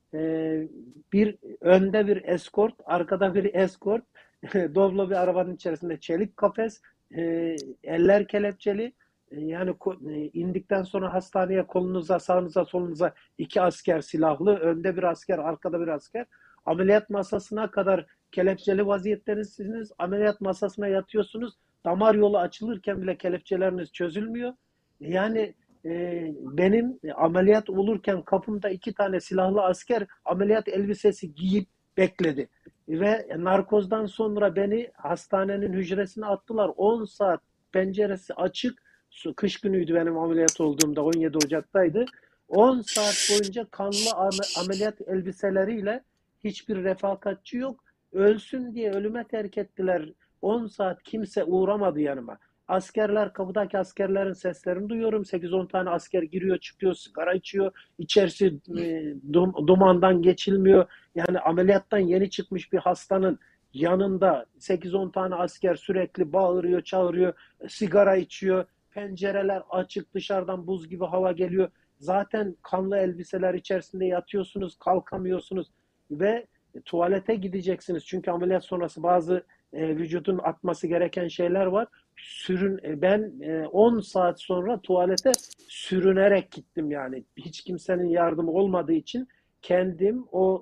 bir önde bir eskort, arkada bir eskort, Doblo bir arabanın içerisinde çelik kafes, eller kelepçeli. Yani indikten sonra hastaneye kolunuza, sağınıza, solunuza 2 asker silahlı, önde bir asker, arkada bir asker. Ameliyat masasına kadar kelepçeli vaziyettesiniz. Ameliyat masasına yatıyorsunuz. Damar yolu açılırken bile kelepçeleriniz çözülmüyor. Yani benim ameliyat olurken kapımda 2 tane silahlı asker ameliyat elbisesi giyip bekledi. Ve narkozdan sonra beni hastanenin hücresine attılar. 10 saat penceresi açık. Kış günüydü benim ameliyat olduğumda 17 Ocak'taydı. 10 saat boyunca kanlı ameliyat elbiseleriyle hiçbir refakatçi yok. Ölsün diye ölüme terk ettiler. 10 saat kimse uğramadı yanıma. Askerler, kapıdaki askerlerin seslerini duyuyorum. 8-10 tane asker giriyor, çıkıyor, sigara içiyor. İçerisi dumandan geçilmiyor. Yani ameliyattan yeni çıkmış bir hastanın yanında 8-10 tane asker sürekli bağırıyor, çağırıyor, sigara içiyor. Pencereler açık, dışarıdan buz gibi hava geliyor. Zaten kanlı elbiseler içerisinde yatıyorsunuz, kalkamıyorsunuz ve tuvalete gideceksiniz. Çünkü ameliyat sonrası bazı vücudun atması gereken şeyler var. Ben 10 saat sonra tuvalete sürünerek gittim yani. Hiç kimsenin yardımı olmadığı için kendim o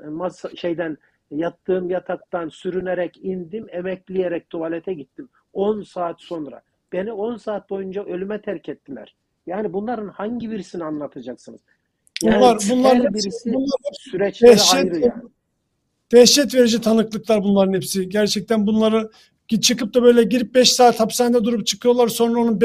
yattığım yataktan sürünerek indim, emekleyerek tuvalete gittim. 10 saat sonra. Beni 10 saat boyunca ölüme terk ettiler. Yani bunların hangi birisini anlatacaksınız? Yani bunlar süreçleri ayrı yani. Dehşet verici tanıklıklar bunların hepsi. Gerçekten bunları çıkıp da böyle girip 5 saat hapishanede durup çıkıyorlar. Sonra onun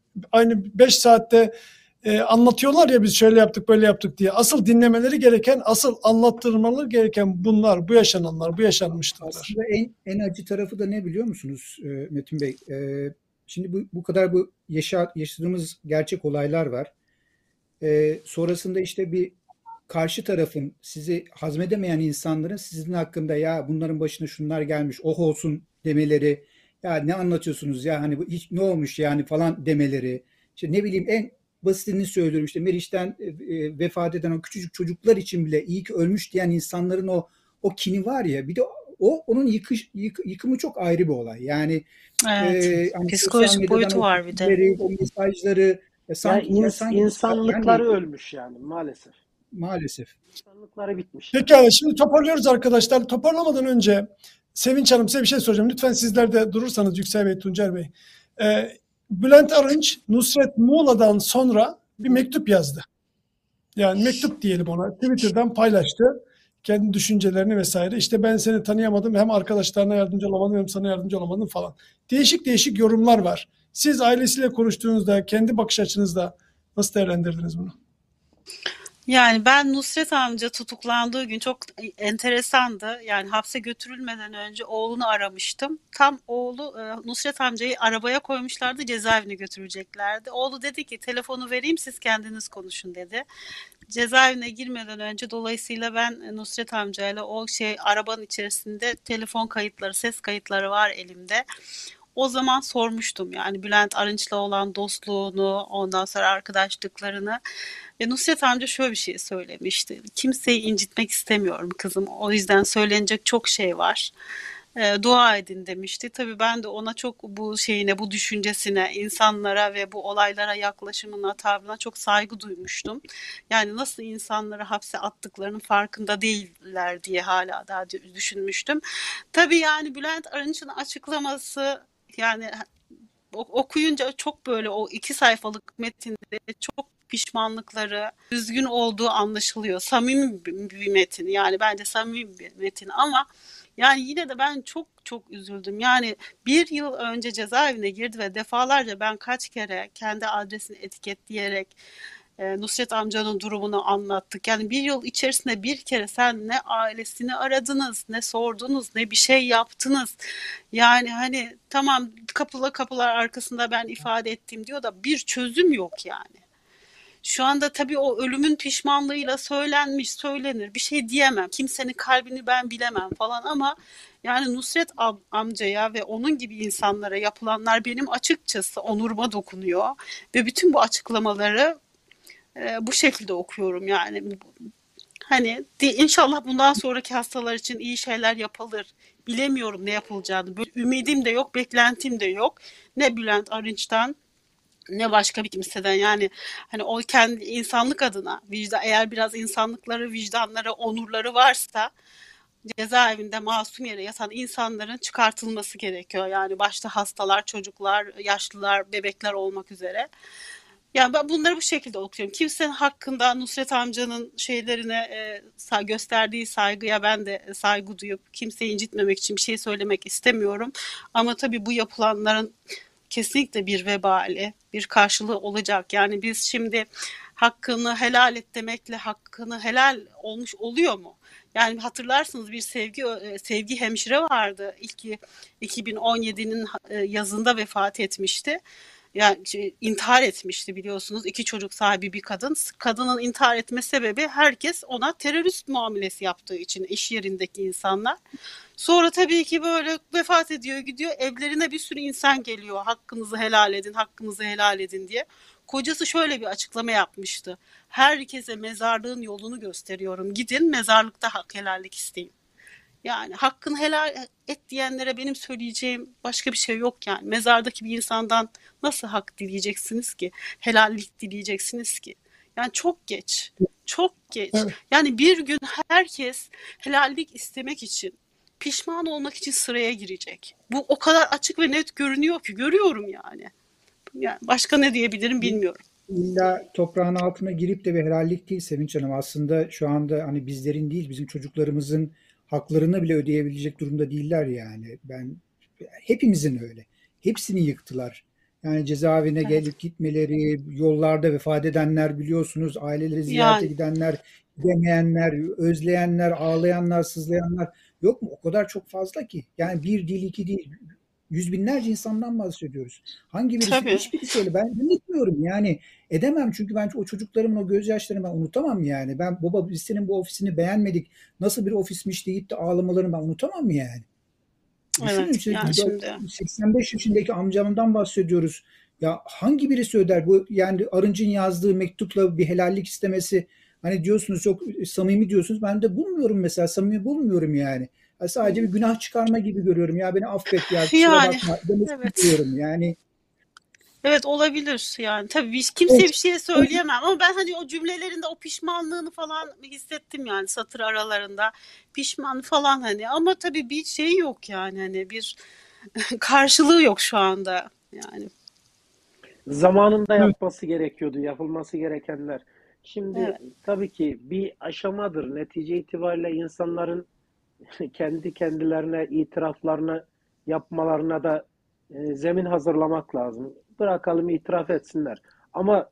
5 saatte anlatıyorlar ya biz şöyle yaptık böyle yaptık diye. Asıl dinlemeleri gereken, asıl anlattırmaları gereken bunlar, bu yaşananlar, bu yaşanmışlıklar. Aslında en acı tarafı da ne biliyor musunuz Metin Bey? Şimdi bu kadar yaşadığımız gerçek olaylar var. Sonrasında işte bir karşı tarafın sizi hazmedemeyen insanların sizin hakkında ya bunların başına şunlar gelmiş oh olsun demeleri ya ne anlatıyorsunuz ya hani bu hiç ne olmuş yani falan demeleri. İşte ne bileyim en basitini söylüyorum işte Meriç'ten vefat eden o küçücük çocuklar için bile iyi ki ölmüş diyen insanların o kini var ya bir de onun yıkımı çok ayrı bir olay. Yani Evet. hani sosyal Psikolojik medyadan boyutu o var bir de. fikirleri, o mesajları sanki insanlıkları yani ölmüş yani maalesef. maalesef. İnsanlıkları bitmiş. Pekala, şimdi toparlıyoruz arkadaşlar. Toparlamadan önce Sevinç Hanım size bir şey soracağım. Lütfen sizler de durursanız Yüksel Bey, Tuncer Bey. Bülent Arınç, Nusret Muğla'dan sonra bir mektup yazdı. Yani mektup diyelim ona. Twitter'dan paylaştı. Kendi düşüncelerini vesaire. İşte ben seni tanıyamadım. Hem arkadaşlarına yardımcı olamadım hem sana yardımcı olamadım falan. Değişik değişik yorumlar var. Siz ailesiyle konuştuğunuzda, kendi bakış açınızda nasıl değerlendirdiniz bunu? Yani ben Nusret amca tutuklandığı gün çok enteresandı. Yani hapse götürülmeden önce oğlunu aramıştım. Tam oğlu Nusret amcayı arabaya koymuşlardı, cezaevine götüreceklerdi. Oğlu dedi ki telefonu vereyim siz kendiniz konuşun dedi. Cezaevine girmeden önce dolayısıyla ben Nusret amcayla o arabanın içerisinde telefon kayıtları, ses kayıtları var elimde. O zaman sormuştum yani Bülent Arınç'la olan dostluğunu, ondan sonra arkadaşlıklarını. Ve Nusret amca şöyle bir şey söylemişti. Kimseyi incitmek istemiyorum kızım. O yüzden söylenecek çok şey var. Dua edin demişti. Tabii ben de ona çok bu düşüncesine, insanlara ve bu olaylara yaklaşımına, tavrına çok saygı duymuştum. Yani nasıl insanları hapse attıklarının farkında değiller diye hala daha düşünmüştüm. Tabii yani Bülent Arınç'ın açıklaması yani okuyunca çok böyle o 2 sayfalık metinde çok pişmanlıkları, üzgün olduğu anlaşılıyor. Samimi bir metin yani bence samimi bir metin ama yani yine de ben çok çok üzüldüm. Yani 1 yıl önce cezaevine girdi ve defalarca ben kaç kere kendi adresini etiketleyerek Nusret amcanın durumunu anlattık. Yani 1 yıl içerisinde bir kere sen ne ailesini aradınız, ne sordunuz, ne bir şey yaptınız. Yani hani tamam kapılar arkasında ben ifade ettim diyor da bir çözüm yok yani. Şu anda tabii o ölümün pişmanlığıyla söylenir. Bir şey diyemem. Kimsenin kalbini ben bilemem falan ama yani Nusret amcaya ve onun gibi insanlara yapılanlar benim açıkçası onuruma dokunuyor. Ve bütün bu açıklamaları bu şekilde okuyorum yani. Hani inşallah bundan sonraki hastalar için iyi şeyler yapılır. Bilemiyorum ne yapılacağını. Böyle ümidim de yok, beklentim de yok. Ne Bülent Arınç'tan ne başka bir kimseden yani hani o kendi insanlık adına eğer biraz insanlıkları, vicdanları, onurları varsa cezaevinde masum yere yatan insanların çıkartılması gerekiyor. Yani başta hastalar, çocuklar, yaşlılar, bebekler olmak üzere. Yani ben bunları bu şekilde okuyorum. Kimsenin hakkında Nusret amcanın şeylerine gösterdiği saygıya ben de saygı duyup kimseyi incitmemek için bir şey söylemek istemiyorum. Ama tabii bu yapılanların kesinlikle bir vebali, bir karşılığı olacak. Yani biz şimdi hakkını helal et demekle hakkını helal olmuş oluyor mu? Yani hatırlarsınız bir Sevgi hemşire vardı. 2017'nin yazında vefat etmişti. Yani intihar etmişti biliyorsunuz. 2 çocuk sahibi bir kadın. Kadının intihar etme sebebi herkes ona terörist muamelesi yaptığı için iş yerindeki insanlar. Sonra tabii ki böyle vefat ediyor gidiyor evlerine bir sürü insan geliyor hakkınızı helal edin hakkınızı helal edin diye. Kocası şöyle bir açıklama yapmıştı. Herkese mezarlığın yolunu gösteriyorum gidin mezarlıkta hak helallik isteyin. Yani hakkını helal et diyenlere benim söyleyeceğim başka bir şey yok yani. Mezardaki bir insandan nasıl hak dileyeceksiniz ki? Helallik dileyeceksiniz ki? Yani çok geç. Çok geç. Evet. Yani bir gün herkes helallik istemek için, pişman olmak için sıraya girecek. Bu o kadar açık ve net görünüyor ki görüyorum yani. Yani başka ne diyebilirim bilmiyorum. İlla toprağın altına girip de bir helallik değil Sevinç Hanım. Aslında şu anda hani bizlerin değil bizim çocuklarımızın haklarını bile ödeyebilecek durumda değiller yani. Hepimizin öyle. Hepsini yıktılar. Yani cezaevine Evet. gelip gitmeleri, yollarda vefat edenler biliyorsunuz, aileleri ziyarete Yani gidenler, gidemeyenler, özleyenler, ağlayanlar, sızlayanlar yok mu? O kadar çok fazla ki. Yani bir değil, iki değil. Yüz binlerce insandan bahsediyoruz. Hangi birisi? tabii. Hiçbirisi öyle. Ben unutmuyorum yani. Edemem çünkü ben o çocuklarımın o gözyaşlarını ben unutamam yani. Baba biz senin bu ofisini beğenmedik. Nasıl bir ofismiş deyip de ağlamalarını ben unutamam yani. Düşünün, Evet, yani şimdi 85 yaşındaki amcamdan bahsediyoruz. Ya hangi birisi öder bu? Yani Arınç'ın yazdığı mektupla bir helallik istemesi, hani diyorsunuz çok samimi diyorsunuz. Ben de bulmuyorum mesela, samimi bulmuyorum yani. Ya sadece bir günah çıkarma gibi görüyorum. Ya beni affet, ya kusura yani bakma demesini evet. diyorum. Yani Evet, olabilir yani. Tabii kimseye Evet. bir şey söyleyemem ama ben hani o cümlelerinde o pişmanlığını falan hissettim yani, satır aralarında pişman falan hani, ama tabii bir şey yok yani, hani bir karşılığı yok şu anda yani. Zamanında Evet. yapması gerekiyordu, yapılması gerekenler. Şimdi Evet. tabii ki bir aşamadır. Netice itibariyle insanların kendi kendilerine itiraflarını yapmalarına da zemin hazırlamak lazım. Bırakalım itiraf etsinler. Ama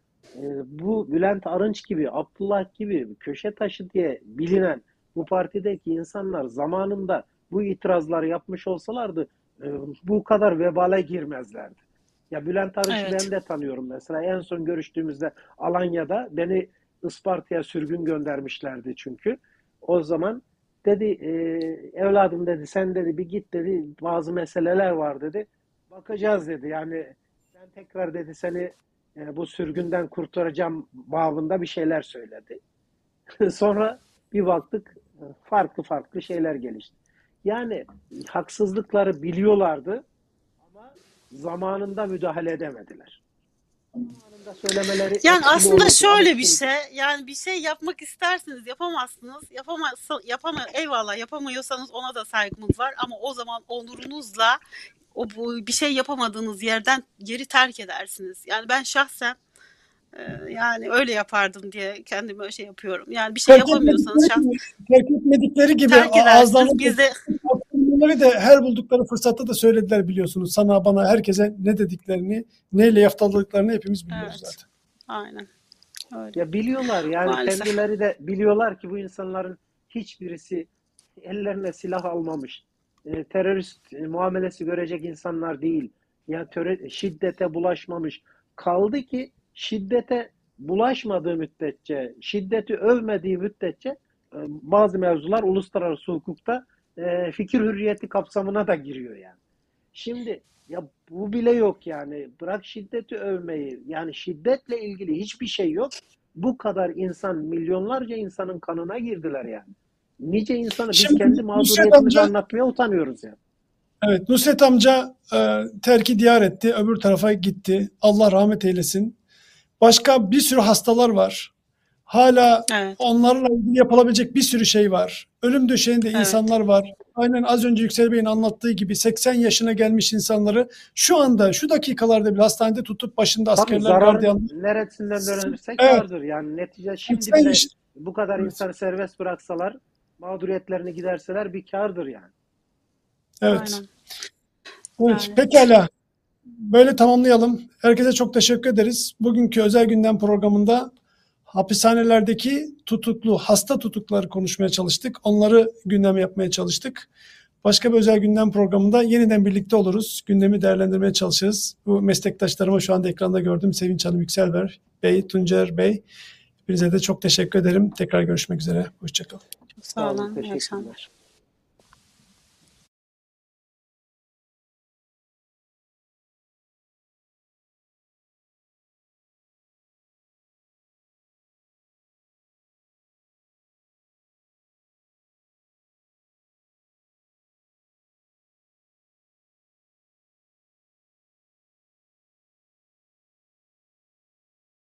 bu Bülent Arınç gibi, Abdullah gibi köşe taşı diye bilinen bu partideki insanlar zamanında bu itirazları yapmış olsalardı e, bu kadar vebale girmezlerdi. Ya Bülent Arınç'ı ben Evet. de tanıyorum mesela. En son görüştüğümüzde Alanya'da beni Isparta'ya sürgün göndermişlerdi çünkü. O zaman dedi evladım dedi, sen dedi bir git dedi, bazı meseleler var dedi. Bakacağız dedi. Yani ben tekrar dedi seni bu sürgünden kurtaracağım babında bir şeyler söyledi. Sonra bir baktık farklı farklı şeyler gelişti. Yani haksızlıkları biliyorlardı ama zamanında müdahale edemediler. Zamanında söylemeleri Yani etkili aslında olurdu ama şöyle bir şimdi şey, yani bir şey yapmak istersiniz, yapamazsınız. Eyvallah, yapamıyorsanız ona da saygımız var ama o zaman onurunuzla bu bir şey yapamadığınız yerden geri terk edersiniz. Yani ben şahsen yani öyle yapardım diye kendime şey yapıyorum. Yani bir şey Terk yapamıyorsanız etmedikleri gibi, terk etmedikleri gibi terk edersiniz. Biz de ağızlarını de her buldukları fırsatta da söylediler biliyorsunuz. Sana, bana, herkese ne dediklerini, neyle yaftaladıklarını hepimiz biliyoruz evet, zaten. aynen öyle. ya biliyorlar yani Maalesef. kendileri de biliyorlar ki bu insanların hiçbirisi ellerine silah almamış. Terörist muamelesi görecek insanlar değil. Ya şiddete bulaşmamış. Kaldı ki şiddete bulaşmadığı müddetçe, şiddeti övmediği müddetçe bazı mevzular uluslararası hukukta fikir hürriyeti kapsamına da giriyor yani. Şimdi ya bu bile yok yani. Bırak şiddeti övmeyi. Yani şiddetle ilgili hiçbir şey yok. Bu kadar insan, milyonlarca insanın kanına girdiler yani. Nice insanı biz Şimdi kendi Nusret mağduriyetimizi amca, anlatmaya utanıyoruz yani. evet, Nusret amca terki diyar etti, öbür tarafa gitti. Allah rahmet eylesin. Başka bir sürü hastalar var. Hala Evet, onlarla ilgili yapılabilecek bir sürü şey var. Ölüm döşeğinde evet. insanlar var. Aynen az önce Yüksel Bey'in anlattığı gibi 80 yaşına gelmiş insanları şu anda, şu dakikalarda bir hastanede tutup başında Tabii askerler, zararın gardiyanlar. neresinden dönülürse Evet, kârdır. Yani netice şimdi 80 bile yaş. bu kadar Evet, insanı serbest bıraksalar, mağduriyetlerini giderseler bir kârdır yani. evet. Aynen. Evet, Yani pekala. Böyle tamamlayalım. Herkese çok teşekkür ederiz. Bugünkü özel gündem programında hapishanelerdeki hasta tutukları konuşmaya çalıştık. Onları gündem yapmaya çalıştık. Başka bir özel gündem programında yeniden birlikte oluruz. Gündemi değerlendirmeye çalışırız. Bu meslektaşlarıma şu anda ekranda gördüm. Sevinç Hanım, Yüksel Bey, Tuncer Bey. Hepinize de çok teşekkür ederim. Tekrar görüşmek üzere. Hoşçakalın. çok Sağ sağ olun, olun. İyi teşekkürler. akşamlar.